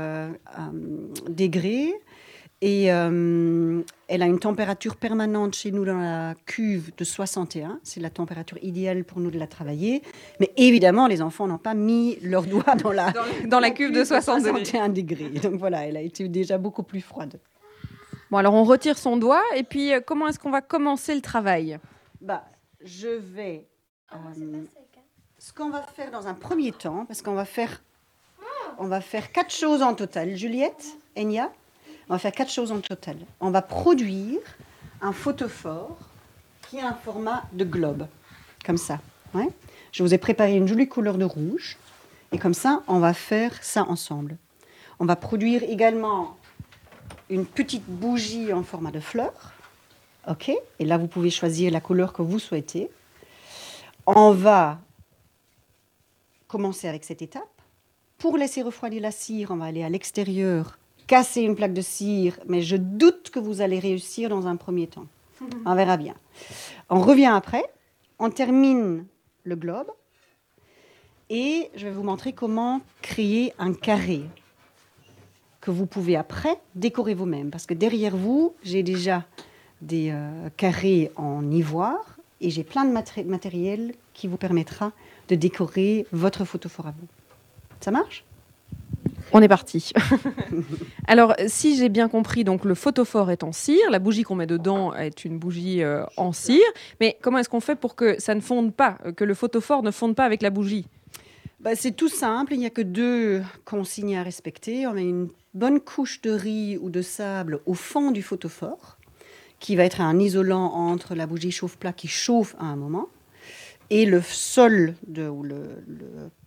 degrés. Et elle a une température permanente chez nous dans la cuve de 61. C'est la température idéale pour nous de la travailler. Mais évidemment, les enfants n'ont pas mis leurs doigts dans la cuve de 61 degrés. Donc voilà, elle a été déjà beaucoup plus froide. Bon, alors on retire son doigt. Et puis, comment est-ce qu'on va commencer le travail? Je vais... ce qu'on va faire dans un premier temps, parce qu'on va faire 4 choses en total. Juliette, Enya, on va faire 4 choses en total. On va produire un photophore qui a un format de globe, comme ça. Ouais. Je vous ai préparé une jolie couleur de rouge. Et comme ça, on va faire ça ensemble. On va produire également une petite bougie en format de fleur. OK. Et là, vous pouvez choisir la couleur que vous souhaitez. On va commencer avec cette étape. Pour laisser refroidir la cire, on va aller à l'extérieur, casser une plaque de cire, mais je doute que vous allez réussir dans un premier temps. On verra bien. On revient après, on termine le globe et je vais vous montrer comment créer un carré que vous pouvez après décorer vous-même. Parce que derrière vous, j'ai déjà des carrés en ivoire et j'ai plein de matériel qui vous permettra de décorer votre photophore à vous. Ça marche ? On est parti. Alors, si j'ai bien compris, donc le photophore est en cire, la bougie qu'on met dedans est une bougie en cire. Mais comment est-ce qu'on fait pour que ça ne fonde pas, que le photophore ne fonde pas avec la bougie ? C'est tout simple, il n'y a que 2 consignes à respecter. On met une bonne couche de riz ou de sable au fond du photophore, qui va être un isolant entre la bougie chauffe-plat qui chauffe à un moment, et le sol,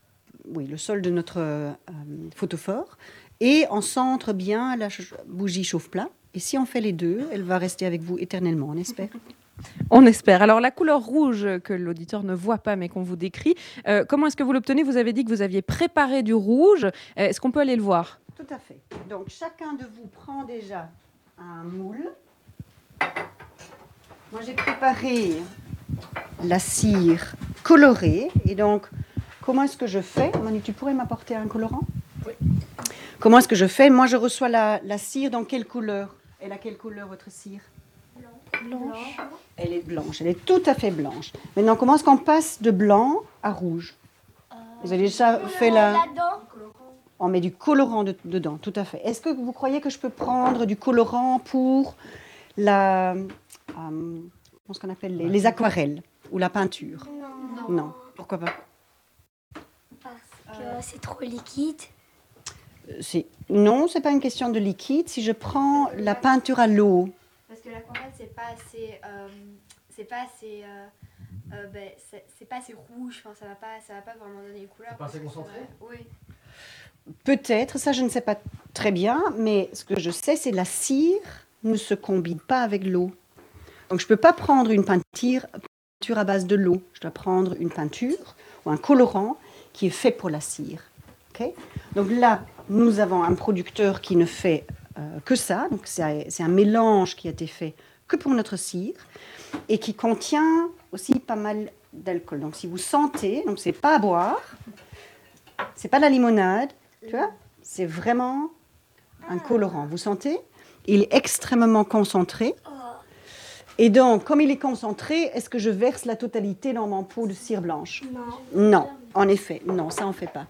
le sol de notre photophore. Et on centre bien la bougie chauffe-plat. Et si on fait les deux, elle va rester avec vous éternellement, on espère. On espère. Alors, la couleur rouge que l'auditeur ne voit pas, mais qu'on vous décrit, comment est-ce que vous l'obtenez ? Vous avez dit que vous aviez préparé du rouge. Est-ce qu'on peut aller le voir ? Tout à fait. Donc, chacun de vous prend déjà un moule. Moi, j'ai préparé la cire colorée. Et donc, comment est-ce que je fais ? Manu, tu pourrais m'apporter un colorant ? Oui. Comment est-ce que je fais ? Moi, je reçois la cire dans quelle couleur ? Elle a quelle couleur, votre cire ? Blanche. Elle est blanche, elle est tout à fait blanche. Maintenant, comment est-ce qu'on passe de blanc à rouge ? Vous avez déjà fait On met du colorant dedans, tout à fait. Est-ce que vous croyez que je peux prendre du colorant pour comment est-ce qu'on appelle les aquarelles ou la peinture ? Non. Pourquoi pas ? Parce que c'est trop liquide. Non, c'est pas une question de liquide. Si je prends la peinture à l'eau. Parce que l'aquarelle, c'est pas assez rouge. Enfin, ça va pas vraiment donner une couleur. C'est pas assez concentré. Oui. Peut-être, ça je ne sais pas très bien, mais ce que je sais, c'est la cire ne se combine pas avec l'eau. Donc je peux pas prendre une peinture à base de l'eau. Je dois prendre une peinture ou un colorant qui est fait pour la cire. Okay ? Donc là, nous avons un producteur qui ne fait que ça. Donc c'est un mélange qui a été fait que pour notre cire et qui contient aussi pas mal d'alcool. Donc si vous sentez, donc c'est pas à boire, c'est pas de la limonade, tu vois, c'est vraiment un colorant. Vous sentez ? Il est extrêmement concentré. Et donc, comme il est concentré, est-ce que je verse la totalité dans mon pot de cire blanche ? Non, en effet, non, ça on fait pas.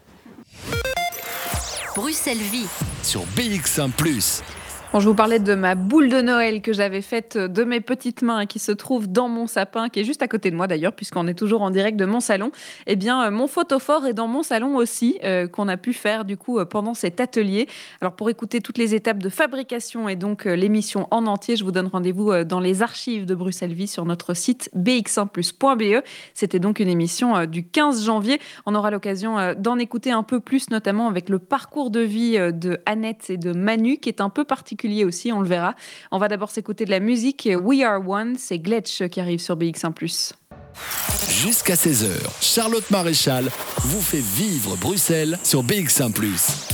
Bruxelles Vie sur BX1+. Bon, je vous parlais de ma boule de Noël que j'avais faite de mes petites mains et qui se trouve dans mon sapin, qui est juste à côté de moi d'ailleurs, puisqu'on est toujours en direct de mon salon. Eh bien, mon photophore est dans mon salon aussi, qu'on a pu faire du coup pendant cet atelier. Alors, pour écouter toutes les étapes de fabrication et donc l'émission en entier, je vous donne rendez-vous dans les archives de Bruxelles Vie sur notre site bx1plus.be. C'était donc une émission du 15 janvier. On aura l'occasion d'en écouter un peu plus, notamment avec le parcours de vie de Annette et de Manu, qui est un peu particulier aussi, on le verra. On va d'abord s'écouter de la musique. We Are One, c'est Gletsch qui arrive sur BX1+. Jusqu'à 16h, Charlotte Maréchal vous fait vivre Bruxelles sur BX1+.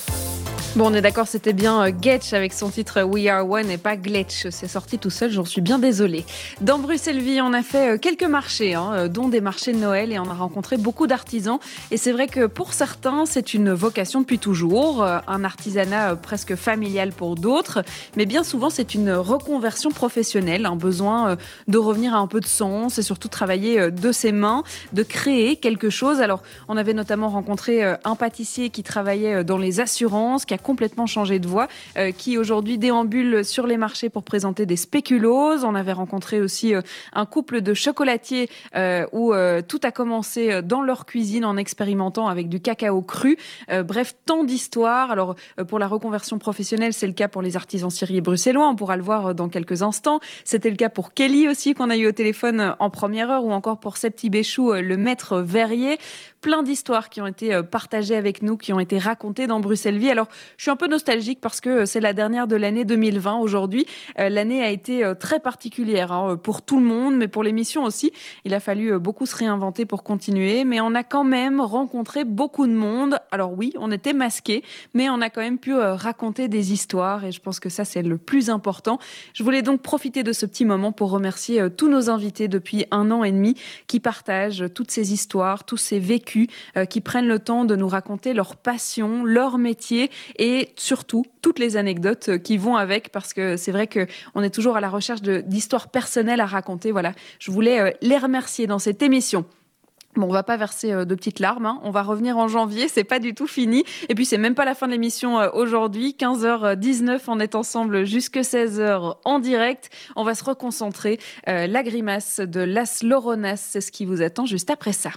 Bon, on est d'accord, c'était bien Gletsch avec son titre We Are One et pas Gletsch. C'est sorti tout seul, j'en suis bien désolée. Dans Bruxelles Vie, on a fait quelques marchés, dont des marchés de Noël, et on a rencontré beaucoup d'artisans. Et c'est vrai que pour certains, c'est une vocation depuis toujours, un artisanat presque familial pour d'autres. Mais bien souvent, c'est une reconversion professionnelle, un besoin de revenir à un peu de sens et surtout travailler de ses mains, de créer quelque chose. Alors, on avait notamment rencontré un pâtissier qui travaillait dans les assurances, qui a complètement changé de voie, qui aujourd'hui déambule sur les marchés pour présenter des spéculoos. On avait rencontré aussi un couple de chocolatiers où tout a commencé dans leur cuisine en expérimentant avec du cacao cru. Bref, tant d'histoires. Alors, pour la reconversion professionnelle, c'est le cas pour les artisans ciriers bruxellois. On pourra le voir dans quelques instants. C'était le cas pour Kelly aussi, qu'on a eu au téléphone en première heure, ou encore pour Septi Béchou, le maître verrier. Plein d'histoires qui ont été partagées avec nous, qui ont été racontées dans Bruxelles Vie. Alors, je suis un peu nostalgique parce que c'est la dernière de l'année 2020 aujourd'hui. L'année a été très particulière pour tout le monde, mais pour l'émission aussi. Il a fallu beaucoup se réinventer pour continuer, mais on a quand même rencontré beaucoup de monde. Alors oui, on était masqués, mais on a quand même pu raconter des histoires et je pense que ça, c'est le plus important. Je voulais donc profiter de ce petit moment pour remercier tous nos invités depuis 1 an et demi qui partagent toutes ces histoires, tous ces vécus, qui prennent le temps de nous raconter leur passion, leur métier et surtout toutes les anecdotes qui vont avec, parce que c'est vrai qu'on est toujours à la recherche d'histoires personnelles à raconter. Voilà, je voulais les remercier dans cette émission. Bon, on va pas verser de petites larmes, on va revenir en janvier, c'est pas du tout fini. Et puis c'est même pas la fin de l'émission aujourd'hui, 15h19, on est ensemble jusque 16h en direct. On va se reconcentrer, la grimace de Las Loronas, c'est ce qui vous attend juste après ça.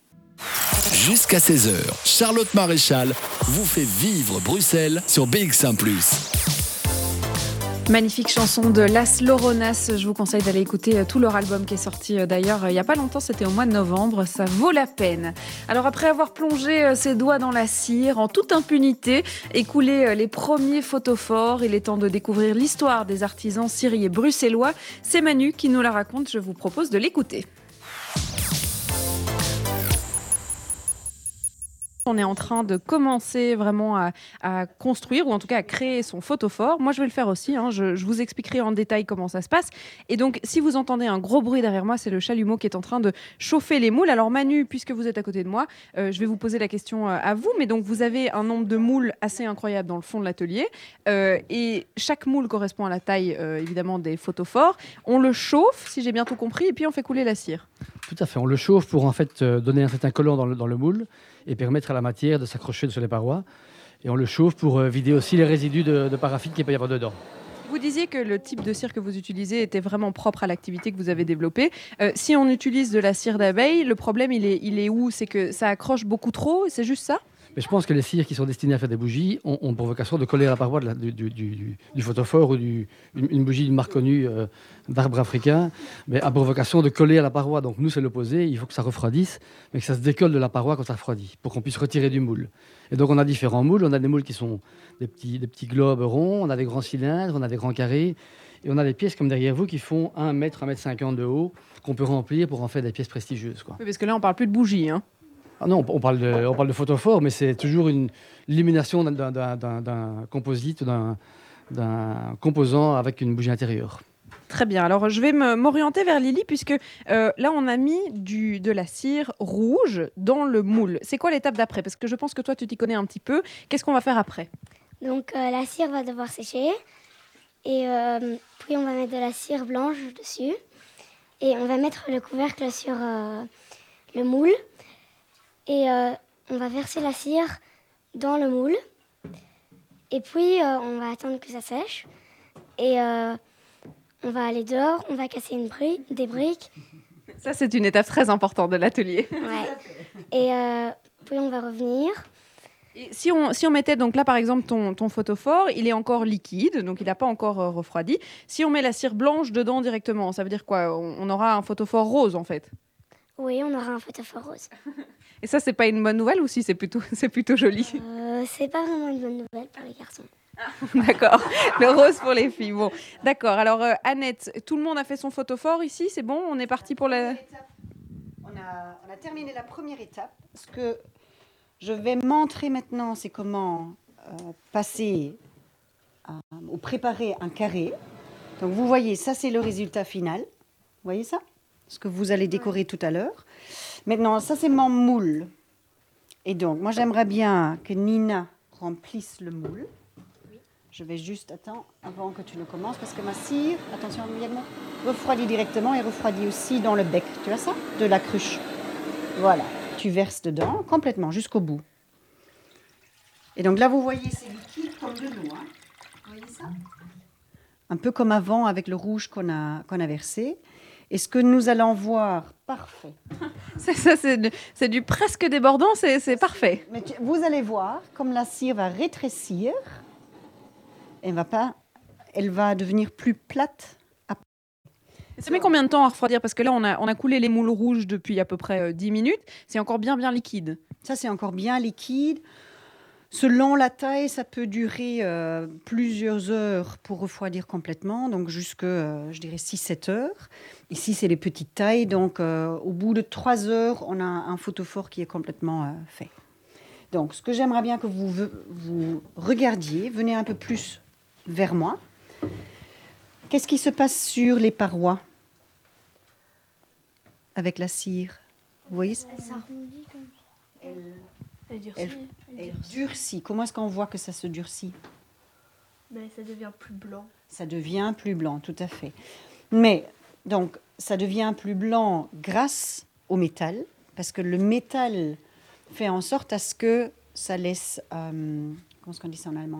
Jusqu'à 16h, Charlotte Maréchal vous fait vivre Bruxelles sur BX1+. Magnifique chanson de Las Loronas. Je vous conseille d'aller écouter tout leur album qui est sorti d'ailleurs il n'y a pas longtemps, c'était au mois de novembre. Ça vaut la peine. Alors après avoir plongé ses doigts dans la cire en toute impunité et coulé les premiers photophores, il est temps de découvrir l'histoire des artisans ciriers bruxellois. C'est Manu qui nous la raconte. Je vous propose de l'écouter. On est en train de commencer vraiment à construire ou en tout cas à créer son photophore. Moi, je vais le faire aussi. Je vous expliquerai en détail comment ça se passe. Et donc, si vous entendez un gros bruit derrière moi, c'est le chalumeau qui est en train de chauffer les moules. Alors Manu, puisque vous êtes à côté de moi, je vais vous poser la question à vous. Mais donc, vous avez un nombre de moules assez incroyable dans le fond de l'atelier. Et chaque moule correspond à la taille, évidemment, des photophores. On le chauffe, si j'ai bien tout compris, et puis on fait couler la cire. Tout à fait. On le chauffe pour en fait donner un certain collant dans le moule et permettre à la matière de s'accrocher sur les parois. Et on le chauffe pour vider aussi les résidus de paraffine qu'il peut y avoir dedans. Vous disiez que le type de cire que vous utilisez était vraiment propre à l'activité que vous avez développée. Si on utilise de la cire d'abeille, le problème, il est où ? C'est que ça accroche beaucoup trop, c'est juste ça ? Mais je pense que les cires qui sont destinées à faire des bougies ont pour vocation de coller à la paroi du photophore ou une bougie d'une marque connue d'arbre africain, mais a pour vocation de coller à la paroi. Donc nous, c'est l'opposé. Il faut que ça refroidisse, mais que ça se décolle de la paroi quand ça refroidit, pour qu'on puisse retirer du moule. Et donc on a différents moules. On a des moules qui sont des petits globes ronds, on a des grands cylindres, on a des grands carrés, et on a des pièces comme derrière vous qui font 1 mètre, 1,50 m de haut, qu'on peut remplir pour en faire des pièces prestigieuses, quoi. Oui, parce que là, on parle plus de bougies, hein. Ah non, on parle de photophore, mais c'est toujours une élimination d'un composite, d'un composant avec une bougie intérieure. Très bien. Alors, je vais m'orienter vers Lily, puisque là, on a mis de la cire rouge dans le moule. C'est quoi l'étape d'après ? Parce que je pense que toi, tu t'y connais un petit peu. Qu'est-ce qu'on va faire après ? Donc la cire va devoir sécher. Et puis on va mettre de la cire blanche dessus. Et on va mettre le couvercle sur le moule. Et on va verser la cire dans le moule. Et puis, on va attendre que ça sèche. Et on va aller dehors, on va casser des briques. Ça, c'est une étape très importante de l'atelier. Ouais. Et puis, on va revenir. Et si on mettait donc là, par exemple, ton photophore, il est encore liquide, donc il n'a pas encore refroidi. Si on met la cire blanche dedans directement, ça veut dire quoi ? On aura un photophore rose, en fait. Oui, on aura un photophore rose. Et ça, c'est pas une bonne nouvelle ou si c'est plutôt joli ? C'est pas vraiment une bonne nouvelle pour les garçons. D'accord, le rose pour les filles. Bon, d'accord. Alors, Annette, tout le monde a fait son photophore ici ? C'est bon ? On est parti pour la... On a terminé la première étape. Ce que je vais montrer maintenant, c'est comment passer ou préparer un carré. Donc, vous voyez, ça, c'est le résultat final. Vous voyez ça ? Ce que vous allez décorer tout à l'heure. Maintenant, ça, c'est mon moule. Et donc, moi, j'aimerais bien que Nina remplisse le moule. Je vais juste, attends, avant que tu ne commences, parce que ma cire, attention, refroidit directement et refroidit aussi dans le bec. Tu vois ça ? De la cruche. Voilà. Tu verses dedans, complètement, jusqu'au bout. Et donc là, vous voyez, c'est liquide comme de l'eau. Hein. Vous voyez ça ? Un peu comme avant, avec le rouge qu'on a versé. Et ce que nous allons voir, parfait. C'est du presque débordant, c'est parfait. Mais vous allez voir, comme la cire va rétrécir, elle va devenir plus plate. Ça met combien de temps à refroidir ? Parce que là, on a coulé les moules rouges depuis à peu près 10 minutes. C'est encore bien liquide. Ça, c'est encore bien liquide. Selon la taille, ça peut durer plusieurs heures pour refroidir complètement, donc jusque, je dirais, 6-7 heures. Ici, c'est les petites tailles, donc au bout de 3 heures, on a un photophore qui est complètement fait. Donc, ce que j'aimerais bien que vous regardiez, venez un peu plus vers moi. Qu'est-ce qui se passe sur les parois avec la cire ? Vous voyez ça ? Ça arrondit comme ça. Elle durcit. Comment est-ce qu'on voit que ça se durcit ? Ça devient plus blanc. Ça devient plus blanc, tout à fait. Mais, donc, ça devient plus blanc grâce au métal, parce que le métal fait en sorte à ce que ça laisse... comment est-ce qu'on dit ça en allemand ?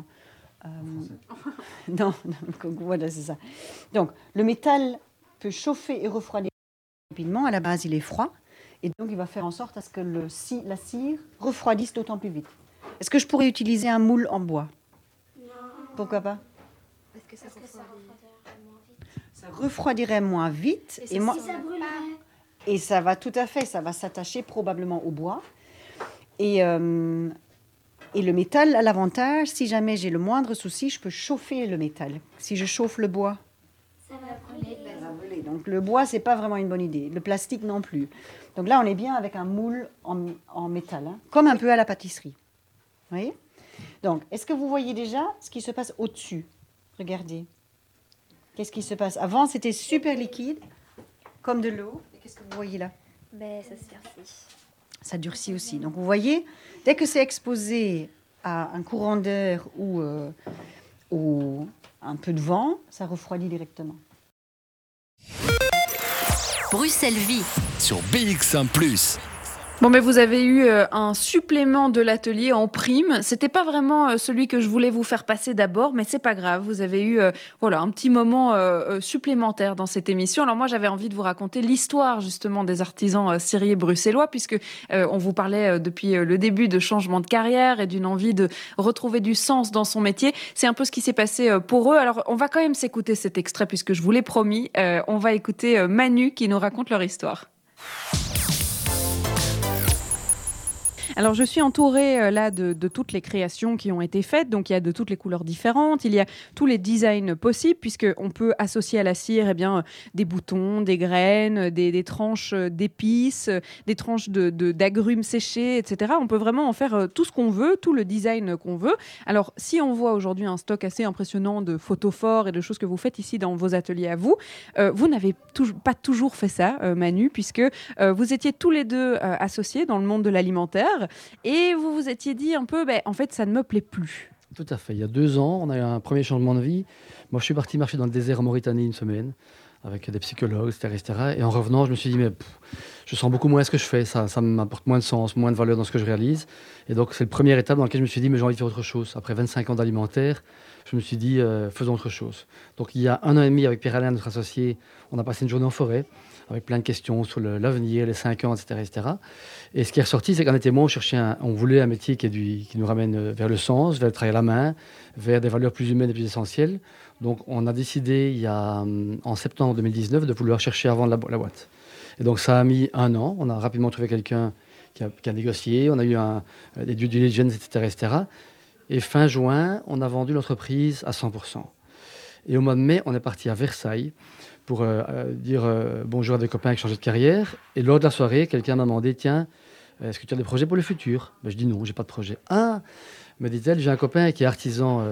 Non, voilà, c'est ça. Donc, le métal peut chauffer et refroidir rapidement. À la base, il est froid. Et donc, il va faire en sorte à ce que la cire refroidisse d'autant plus vite. Est-ce que je pourrais utiliser un moule en bois ? Non. Pourquoi pas ? Parce Ça refroidirait moins vite. Et moi, et ça va tout à fait, ça va s'attacher probablement au bois. Et le métal a l'avantage, si jamais j'ai le moindre souci, je peux chauffer le métal. Si je chauffe le bois, ça va brûler. Donc le bois, c'est pas vraiment une bonne idée. Le plastique non plus. Donc là, on est bien avec un moule en métal, hein, comme un peu à la pâtisserie. Vous voyez ? Donc, est-ce que vous voyez déjà ce qui se passe au-dessus ? Regardez. Qu'est-ce qui se passe ? Avant, c'était super liquide, comme de l'eau. Et qu'est-ce que vous voyez là ? Ça se durcit. Ça durcit aussi. Donc, vous voyez, dès que c'est exposé à un courant d'air ou un peu de vent, ça refroidit directement. Bruxelles Vie. Sur BX1 +. Bon, mais vous avez eu un supplément de l'atelier en prime. C'était pas vraiment celui que je voulais vous faire passer d'abord, mais c'est pas grave. Vous avez eu un petit moment supplémentaire dans cette émission. Alors moi, j'avais envie de vous raconter l'histoire justement des artisans ciriers bruxellois, puisque on vous parlait depuis le début de changement de carrière et d'une envie de retrouver du sens dans son métier. C'est un peu ce qui s'est passé pour eux. Alors on va quand même s'écouter cet extrait puisque je vous l'ai promis. On va écouter Manu qui nous raconte leur histoire. Alors, je suis entourée là de toutes les créations qui ont été faites. Donc, il y a de toutes les couleurs différentes. Il y a tous les designs possibles puisqu'on peut associer à la cire des boutons, des graines, des tranches d'épices, des tranches d'agrumes séchés, etc. On peut vraiment en faire tout ce qu'on veut, tout le design qu'on veut. Alors, si on voit aujourd'hui un stock assez impressionnant de photos forts et de choses que vous faites ici dans vos ateliers à vous, vous n'avez pas toujours fait ça, Manu, puisque vous étiez tous les deux associés dans le monde de l'alimentaire. Et vous vous étiez dit un peu, en fait, ça ne me plaît plus. Tout à fait. Il y a 2 ans, on a eu un premier changement de vie. Moi, je suis parti marcher dans le désert en Mauritanie une semaine, avec des psychologues, etc. Et en revenant, je me suis dit, je sens beaucoup moins ce que je fais. Ça m'apporte moins de sens, moins de valeur dans ce que je réalise. Et donc, c'est la première étape dans laquelle je me suis dit, mais j'ai envie de faire autre chose. Après 25 ans d'alimentaire, je me suis dit, faisons autre chose. Donc, il y a 1 an et demi, avec Pierre-Alain, notre associé, on a passé une journée en forêt, avec plein de questions sur l'avenir, les 5 ans, etc., etc. Et ce qui est ressorti, c'est qu'en été moi, on voulait un métier qui nous ramène vers le sens, vers le travail à la main, vers des valeurs plus humaines et plus essentielles. Donc, on a décidé, en septembre 2019, de vouloir chercher à vendre la boîte. Et donc, ça a mis 1 an. On a rapidement trouvé quelqu'un qui a négocié. On a eu des due diligence, etc., etc. Et fin juin, on a vendu l'entreprise à 100%. Et au mois de mai, on est parti à Versailles pour dire bonjour à des copains qui changeaient de carrière. Et lors de la soirée, quelqu'un m'a demandé, tiens, est-ce que tu as des projets pour le futur ? Je dis non, j'ai pas de projet. Ah, me dit-elle, j'ai un copain qui est artisan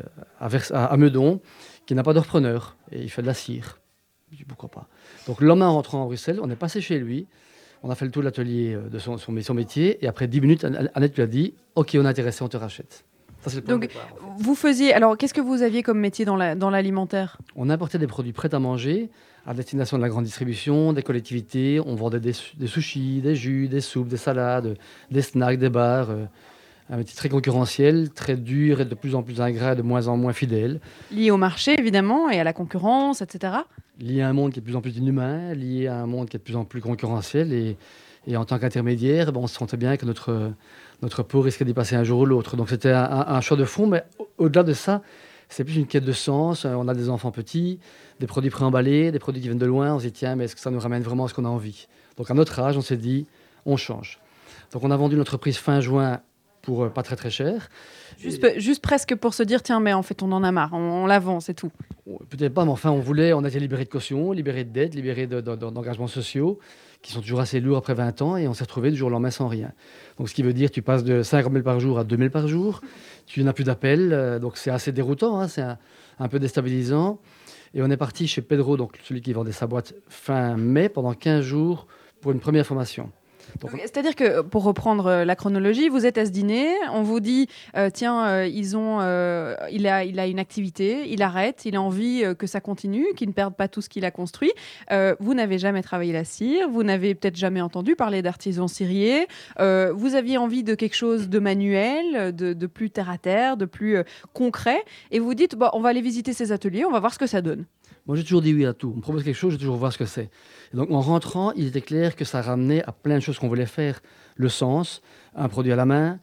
à Meudon, qui n'a pas de repreneur, et il fait de la cire. Je dis pourquoi pas. Donc le lendemain, en rentrant à Bruxelles, on est passé chez lui, on a fait le tour de l'atelier de son métier, et après 10 minutes, Annette lui a dit, ok, on est intéressé, on te rachète. Ça, c'est le Donc, départ, en fait. vous faisiez... Alors, qu'est-ce que vous aviez comme métier dans l'alimentaire ? On importait des produits prêts à manger à destination de la grande distribution, des collectivités. On vendait des sushis, des jus, des soupes, des salades, des snacks, des bars. Un métier très concurrentiel, très dur et de plus en plus ingrat, de moins en moins fidèle. Lié au marché, évidemment, et à la concurrence, etc. Lié à un monde qui est de plus en plus inhumain, lié à un monde qui est de plus en plus concurrentiel. Et en tant qu'intermédiaire, on se sentait bien que notre peau risquait d'y passer un jour ou l'autre. Donc c'était un choix de fond, mais au-delà de ça, c'est plus une quête de sens. On a des enfants petits, des produits préemballés, des produits qui viennent de loin. On se dit, tiens, mais est-ce que ça nous ramène vraiment à ce qu'on a envie ? Donc à notre âge, on s'est dit, on change. Donc on a vendu l'entreprise fin juin pour pas très très cher. Juste presque pour se dire, tiens, mais en fait, on en a marre, on la vend, c'est tout. Peut-être pas, mais enfin, on était libéré de caution, libéré de dettes, libéré d'engagements sociaux, qui sont toujours assez lourds après 20 ans, et on s'est retrouvé du jour au lendemain sans rien. Donc ce qui veut dire, tu passes de 50 000 par jour à 2 000 par jour, tu n'as plus d'appels, donc c'est assez déroutant, hein, c'est un peu déstabilisant. Et on est parti chez Pedro, donc celui qui vendait sa boîte, fin mai, pendant 15 jours, pour une première formation. C'est-à-dire que, pour reprendre la chronologie, vous êtes à ce dîner, on vous dit, tiens, il a une activité, il arrête, il a envie que ça continue, qu'il ne perde pas tout ce qu'il a construit. Vous n'avez jamais travaillé la cire, vous n'avez peut-être jamais entendu parler d'artisans ciriers, vous aviez envie de quelque chose de manuel, de plus terre-à-terre, de plus concret, et vous dites, on va aller visiter ces ateliers, on va voir ce que ça donne. Moi, j'ai toujours dit oui à tout. On me propose quelque chose, je vais toujours voir ce que c'est. Et donc, en rentrant, il était clair que ça ramenait à plein de choses qu'on voulait faire. Le sens, un produit à la main,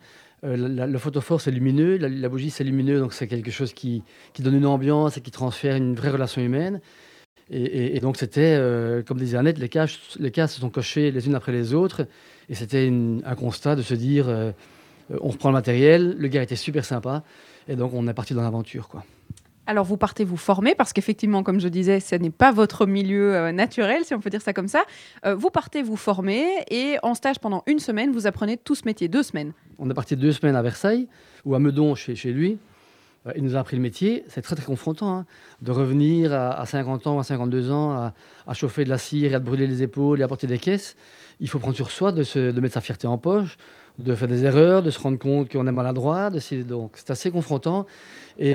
Le photophore, c'est lumineux, la bougie, c'est lumineux, donc c'est quelque chose qui donne une ambiance et qui transfère une vraie relation humaine. Et donc c'était, comme disait Annette, les cases se sont cochées les unes après les autres. Et c'était un constat de se dire, on reprend le matériel, le gars était super sympa, et donc on est parti dans l'aventure, quoi. Alors, vous partez vous former parce qu'effectivement, comme je disais, ce n'est pas votre milieu naturel, si on peut dire ça comme ça. Vous partez vous former et en stage pendant 1 semaine, vous apprenez tout ce métier, 2 semaines. On est parti 2 semaines à Versailles ou à Meudon chez lui. Il nous a appris le métier. C'est très, très confrontant, hein, de revenir à 50 ans ou à 52 ans à chauffer de la cire et à te brûler les épaules et à porter des caisses. Il faut prendre sur soi de mettre sa fierté en poche, de faire des erreurs, de se rendre compte qu'on est maladroit. Donc c'est assez confrontant. Et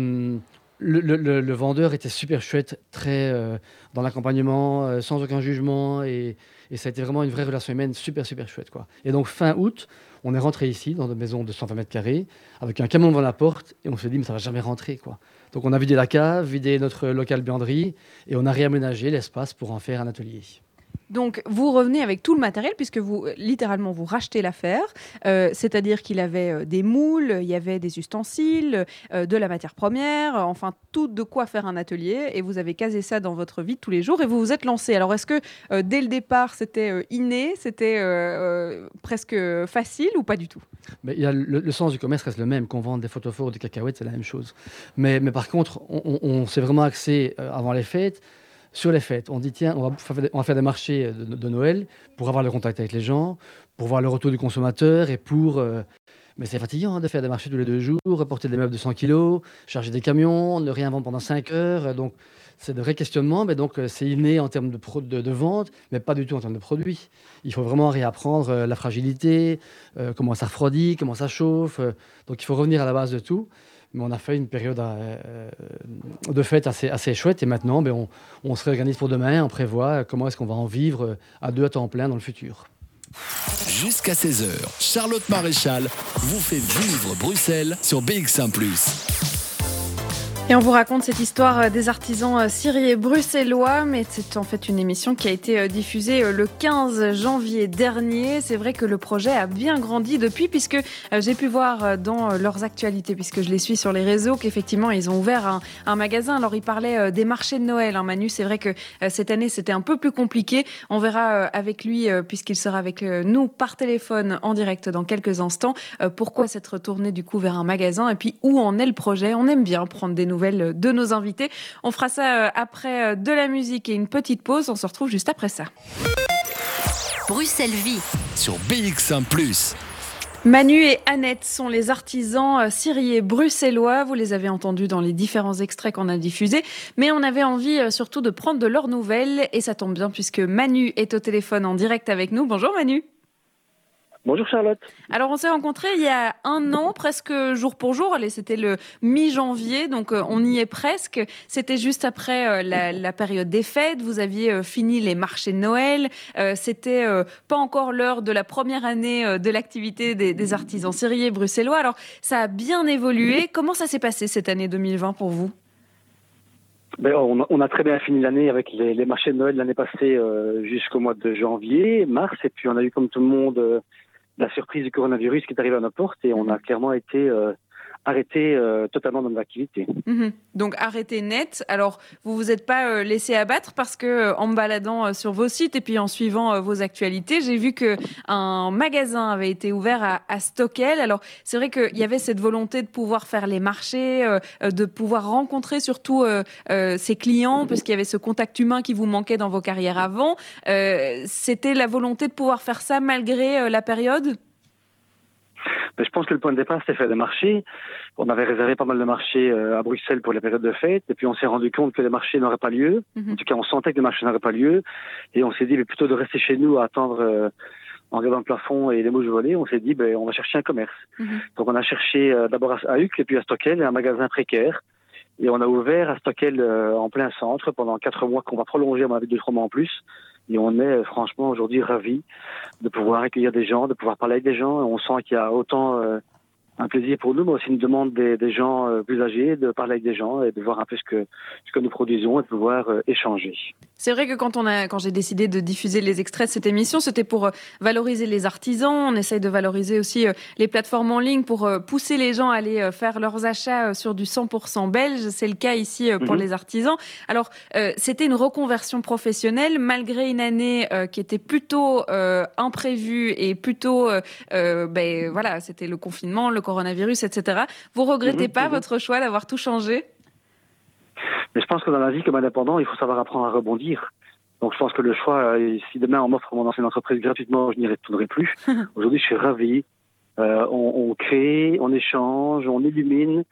le vendeur était super chouette, très dans l'accompagnement, sans aucun jugement. Et ça a été vraiment une vraie relation humaine super, super chouette, quoi. Et donc fin août, on est rentré ici, dans une maison de 120 mètres carrés, avec un camion devant la porte, et on s'est dit, mais ça va jamais rentrer, quoi. Donc on a vidé la cave, vidé notre local buanderie, et on a réaménagé l'espace pour en faire un atelier. Donc, vous revenez avec tout le matériel, puisque vous, littéralement, vous rachetez l'affaire. C'est-à-dire qu'il avait des moules, il y avait des ustensiles, de la matière première, enfin, tout de quoi faire un atelier. Et vous avez casé ça dans votre vie de tous les jours et vous vous êtes lancé. Alors, est-ce que, dès le départ, c'était inné, c'était presque facile ou pas du tout ? Mais le sens du commerce reste le même. Qu'on vende des photophores ou des cacahuètes, c'est la même chose. Mais par contre, on s'est vraiment axé, avant les fêtes, sur les fêtes. On dit, tiens, on va faire des marchés de Noël pour avoir le contact avec les gens, pour voir le retour du consommateur et pour... Mais c'est fatigant, hein, de faire des marchés tous les 2 jours, reporter des meubles de 100 kilos, charger des camions, ne rien vendre pendant 5 heures. Donc, c'est de vrais questionnements, mais donc c'est inné en termes de vente, mais pas du tout en termes de produits. Il faut vraiment réapprendre la fragilité, comment ça refroidit, comment ça chauffe. Donc, il faut revenir à la base de tout. Mais on a fait une période de fête assez chouette. Et maintenant, on se réorganise pour demain. On prévoit comment est-ce qu'on va en vivre à 2 à temps plein dans le futur. Jusqu'à 16h, Charlotte Maréchal vous fait vivre Bruxelles sur BX1 +. Et on vous raconte cette histoire des artisans ciriers bruxellois, mais c'est en fait une émission qui a été diffusée le 15 janvier dernier. C'est vrai que le projet a bien grandi depuis, puisque j'ai pu voir dans leurs actualités, puisque je les suis sur les réseaux, qu'effectivement ils ont ouvert un magasin. Alors ils parlaient des marchés de Noël, hein, Manu. C'est vrai que cette année c'était un peu plus compliqué. On verra avec lui, puisqu'il sera avec nous par téléphone en direct dans quelques instants, pourquoi s'être tourné du coup vers un magasin et puis où en est le projet. On aime bien prendre des nouvelles de nos invités. On fera ça après de la musique et une petite pause. On se retrouve juste après ça. Bruxelles Vie sur BX1 +. Manu et Annette sont les artisans ciriers bruxellois. Vous les avez entendus dans les différents extraits qu'on a diffusés. Mais on avait envie surtout de prendre de leurs nouvelles. Et ça tombe bien puisque Manu est au téléphone en direct avec nous. Bonjour Manu. Bonjour Charlotte. Alors on s'est rencontrés il y a 1 an, presque jour pour jour. Allez, c'était le mi-janvier, donc on y est presque. C'était juste après la période des fêtes. Vous aviez fini les marchés de Noël. C'était pas encore l'heure de la première année de l'activité des artisans ciriers bruxellois. Alors ça a bien évolué. Comment ça s'est passé cette année 2020 pour vous ? On a très bien fini l'année avec les marchés de Noël l'année passée jusqu'au mois de janvier, mars. Et puis on a eu comme tout le monde... la surprise du coronavirus qui est arrivée à nos portes et on a clairement été arrêté totalement dans nos activités. Donc arrêté net. Alors vous vous êtes pas laissé abattre parce que en me baladant sur vos sites et puis en suivant vos actualités, j'ai vu que un magasin avait été ouvert à Stockel. Alors c'est vrai qu'il y avait cette volonté de pouvoir faire les marchés, de pouvoir rencontrer surtout ses clients, parce qu'il y avait ce contact humain qui vous manquait dans vos carrières avant. C'était la volonté de pouvoir faire ça malgré la période ? Je pense que le point de départ, c'était faire des marchés. On avait réservé pas mal de marchés à Bruxelles pour les périodes de fête. Et puis, on s'est rendu compte que les marchés n'auraient pas lieu. En tout cas, on sentait que les marchés n'auraient pas lieu. Et on s'est dit, mais plutôt de rester chez nous à attendre en regardant le plafond et les mouches voler, on s'est dit, on va chercher un commerce. Donc, on a cherché d'abord à Uccle et puis à Stockel, un magasin précaire. Et on a ouvert à Stockel en plein centre pendant 4 mois qu'on va prolonger, à mon avis, 2-3 mois en plus. Et on est franchement aujourd'hui ravis de pouvoir accueillir des gens, de pouvoir parler avec des gens. On sent qu'il y a autant un plaisir pour nous, mais aussi une demande des gens plus âgés, de parler avec des gens et de voir un peu ce que nous produisons et de pouvoir échanger. C'est vrai que quand j'ai décidé de diffuser les extraits de cette émission, c'était pour valoriser les artisans. On essaye de valoriser aussi les plateformes en ligne pour pousser les gens à aller faire leurs achats sur du 100% belge. C'est le cas ici pour les artisans. Alors, c'était une reconversion professionnelle malgré une année qui était plutôt imprévue et plutôt, voilà, c'était le confinement, le coronavirus, etc. Vous regrettez pas votre choix d'avoir tout changé ? Mais je pense que dans la vie, comme indépendant, il faut savoir apprendre à rebondir. Donc je pense que le choix, si demain on m'offre mon ancienne entreprise gratuitement, je n'y retournerai plus. Aujourd'hui, je suis ravi. On crée, on échange, on illumine.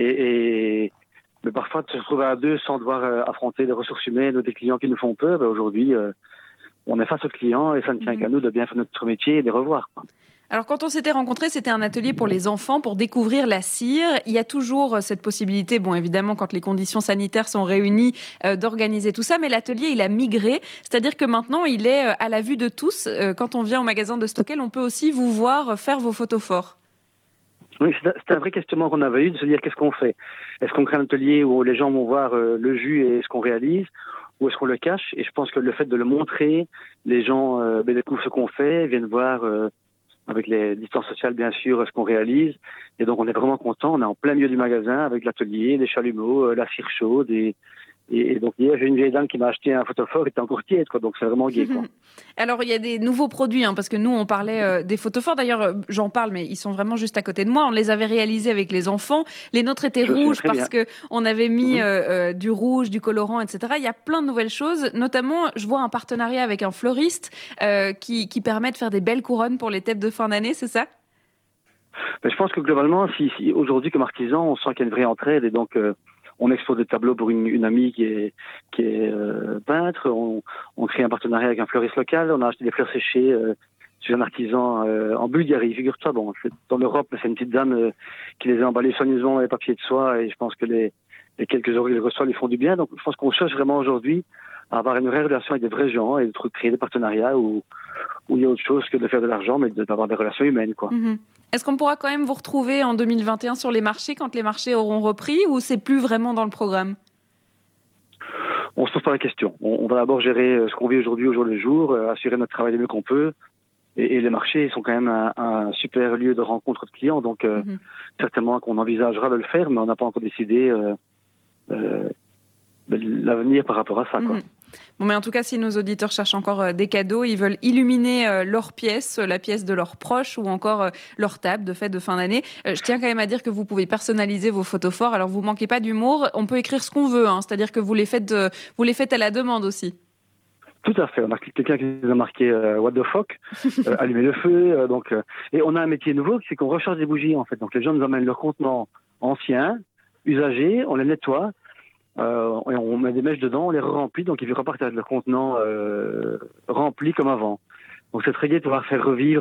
Mais parfois, de se retrouver à deux sans devoir affronter des ressources humaines ou des clients qui nous font peur, aujourd'hui, on est face aux clients et ça ne tient qu'à nous de bien faire notre métier et de les revoir, quoi. Alors, quand on s'était rencontrés, c'était un atelier pour les enfants, pour découvrir la cire. Il y a toujours cette possibilité, bon, évidemment, quand les conditions sanitaires sont réunies, d'organiser tout ça. Mais l'atelier, il a migré. C'est-à-dire que maintenant, il est à la vue de tous. Quand on vient au magasin de Stockel, on peut aussi vous voir faire vos photophores. Oui, c'est un vrai questionnement qu'on avait eu, de se dire qu'est-ce qu'on fait ? Est-ce qu'on crée un atelier où les gens vont voir le jus et ce qu'on réalise ? Ou est-ce qu'on le cache ? Et je pense que le fait de le montrer, les gens découvrent ce qu'on fait, viennent voir... avec les distances sociales, bien sûr, ce qu'on réalise. Et donc, on est vraiment content. On est en plein milieu du magasin avec l'atelier, les chalumeaux, la cire chaude. Et donc, hier, j'ai une vieille dame qui m'a acheté un photophore, il était encore tiède, quoi. Donc, c'est vraiment gai, quoi. Alors, il y a des nouveaux produits, parce que nous, on parlait des photophores. D'ailleurs, j'en parle, mais ils sont vraiment juste à côté de moi. On les avait réalisés avec les enfants. Les nôtres étaient rouges parce qu'on avait mis du rouge, du colorant, etc. Il y a plein de nouvelles choses. Notamment, je vois un partenariat avec un fleuriste qui permet de faire des belles couronnes pour les têtes de fin d'année, c'est ça ? Mais je pense que globalement, si aujourd'hui, comme artisan, on sent qu'il y a une vraie entraide. Et donc... on expose des tableaux pour une amie qui est peintre. On crée un partenariat avec un fleuriste local. On a acheté des fleurs séchées chez un artisan en Bulgarie. Figure-toi, c'est dans l'Europe, c'est une petite dame qui les a emballées soigneusement dans les papiers de soie. Et je pense que les quelques euros qu'ils reçoivent lui font du bien. Donc, je pense qu'on cherche vraiment aujourd'hui à avoir une vraie relation avec des vrais gens et de créer des partenariats où il y a autre chose que de faire de l'argent, mais d'avoir des relations humaines, quoi. Est-ce qu'on pourra quand même vous retrouver en 2021 sur les marchés quand les marchés auront repris ou c'est plus vraiment dans le programme ? On se pose pas la question. On va d'abord gérer ce qu'on vit aujourd'hui au jour le jour, assurer notre travail le mieux qu'on peut. Et les marchés sont quand même un super lieu de rencontre de clients. Donc, certainement qu'on envisagera de le faire, mais on n'a pas encore décidé l'avenir par rapport à ça, quoi. Bon, mais en tout cas, si nos auditeurs cherchent encore des cadeaux, ils veulent illuminer leur pièce, la pièce de leurs proches ou encore leur table de fête de fin d'année, je tiens quand même à dire que vous pouvez personnaliser vos photophores. Alors, vous manquez pas d'humour. On peut écrire ce qu'on veut, c'est-à-dire que vous les faites à la demande aussi. Tout à fait. On a quelqu'un qui nous a marqué What the fuck, allumer le feu. Et on a un métier nouveau, c'est qu'on recharge des bougies, en fait. Donc, les gens nous amènent leurs contenants anciens, usagés, on les nettoie. Et on met des mèches dedans, on les remplit, donc ils repartent avec le contenant rempli comme avant. Donc c'est très gai de pouvoir faire revivre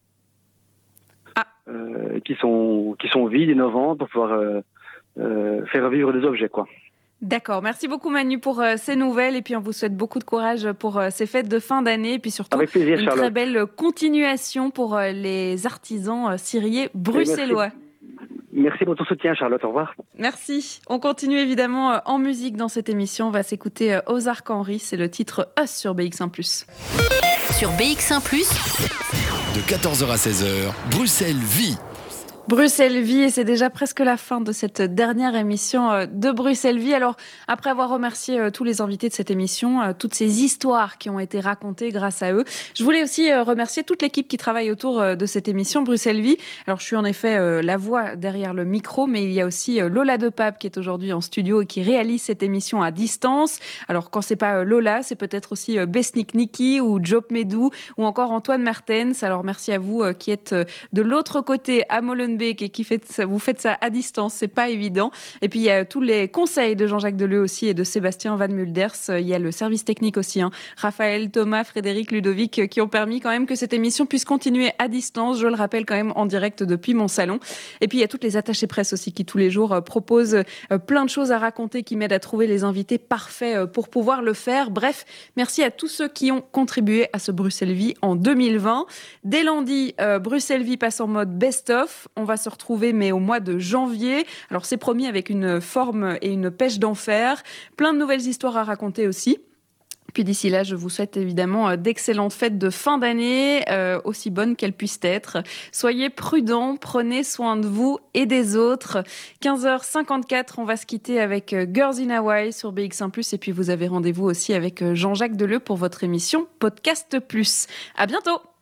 qui sont vides, innovants, pour pouvoir faire revivre des objets, quoi. D'accord, merci beaucoup Manu pour ces nouvelles et puis on vous souhaite beaucoup de courage pour ces fêtes de fin d'année et puis surtout avec plaisir, une très belle continuation pour les artisans ciriers bruxellois. Merci pour ton soutien, Charlotte. Au revoir. Merci. On continue évidemment en musique dans cette émission. On va s'écouter Ozark Henry. C'est le titre Us sur BX1+. Sur BX1+. De 14h à 16h, Bruxelles vit. Bruxelles Vie, et c'est déjà presque la fin de cette dernière émission de Bruxelles Vie. Alors, après avoir remercié tous les invités de cette émission, toutes ces histoires qui ont été racontées grâce à eux, je voulais aussi remercier toute l'équipe qui travaille autour de cette émission Bruxelles Vie. Alors, je suis en effet la voix derrière le micro, mais il y a aussi Lola Depape qui est aujourd'hui en studio et qui réalise cette émission à distance. Alors, quand c'est pas Lola, c'est peut-être aussi Besnik Niki ou Job Medou ou encore Antoine Mertens. Alors, merci à vous qui êtes de l'autre côté à Molenbeek et qui vous faites ça à distance, c'est pas évident. Et puis il y a tous les conseils de Jean-Jacques Deleu aussi et de Sébastien Van Mulders. Il y a le service technique aussi, Raphaël, Thomas, Frédéric, Ludovic, qui ont permis quand même que cette émission puisse continuer à distance. Je le rappelle quand même en direct depuis mon salon. Et puis il y a toutes les attachées presse aussi qui tous les jours proposent plein de choses à raconter, qui m'aident à trouver les invités parfaits pour pouvoir le faire. Bref, merci à tous ceux qui ont contribué à ce Bruxelles Vie en 2020. Dès lundi, Bruxelles Vie passe en mode best-of. On va se retrouver, mais au mois de janvier. Alors, c'est promis avec une forme et une pêche d'enfer. Plein de nouvelles histoires à raconter aussi. Puis d'ici là, je vous souhaite évidemment d'excellentes fêtes de fin d'année, aussi bonnes qu'elles puissent être. Soyez prudents, prenez soin de vous et des autres. 15h54, on va se quitter avec Girls in Hawaii sur BX1+. Et puis vous avez rendez-vous aussi avec Jean-Jacques Deleu pour votre émission Podcast Plus. À bientôt!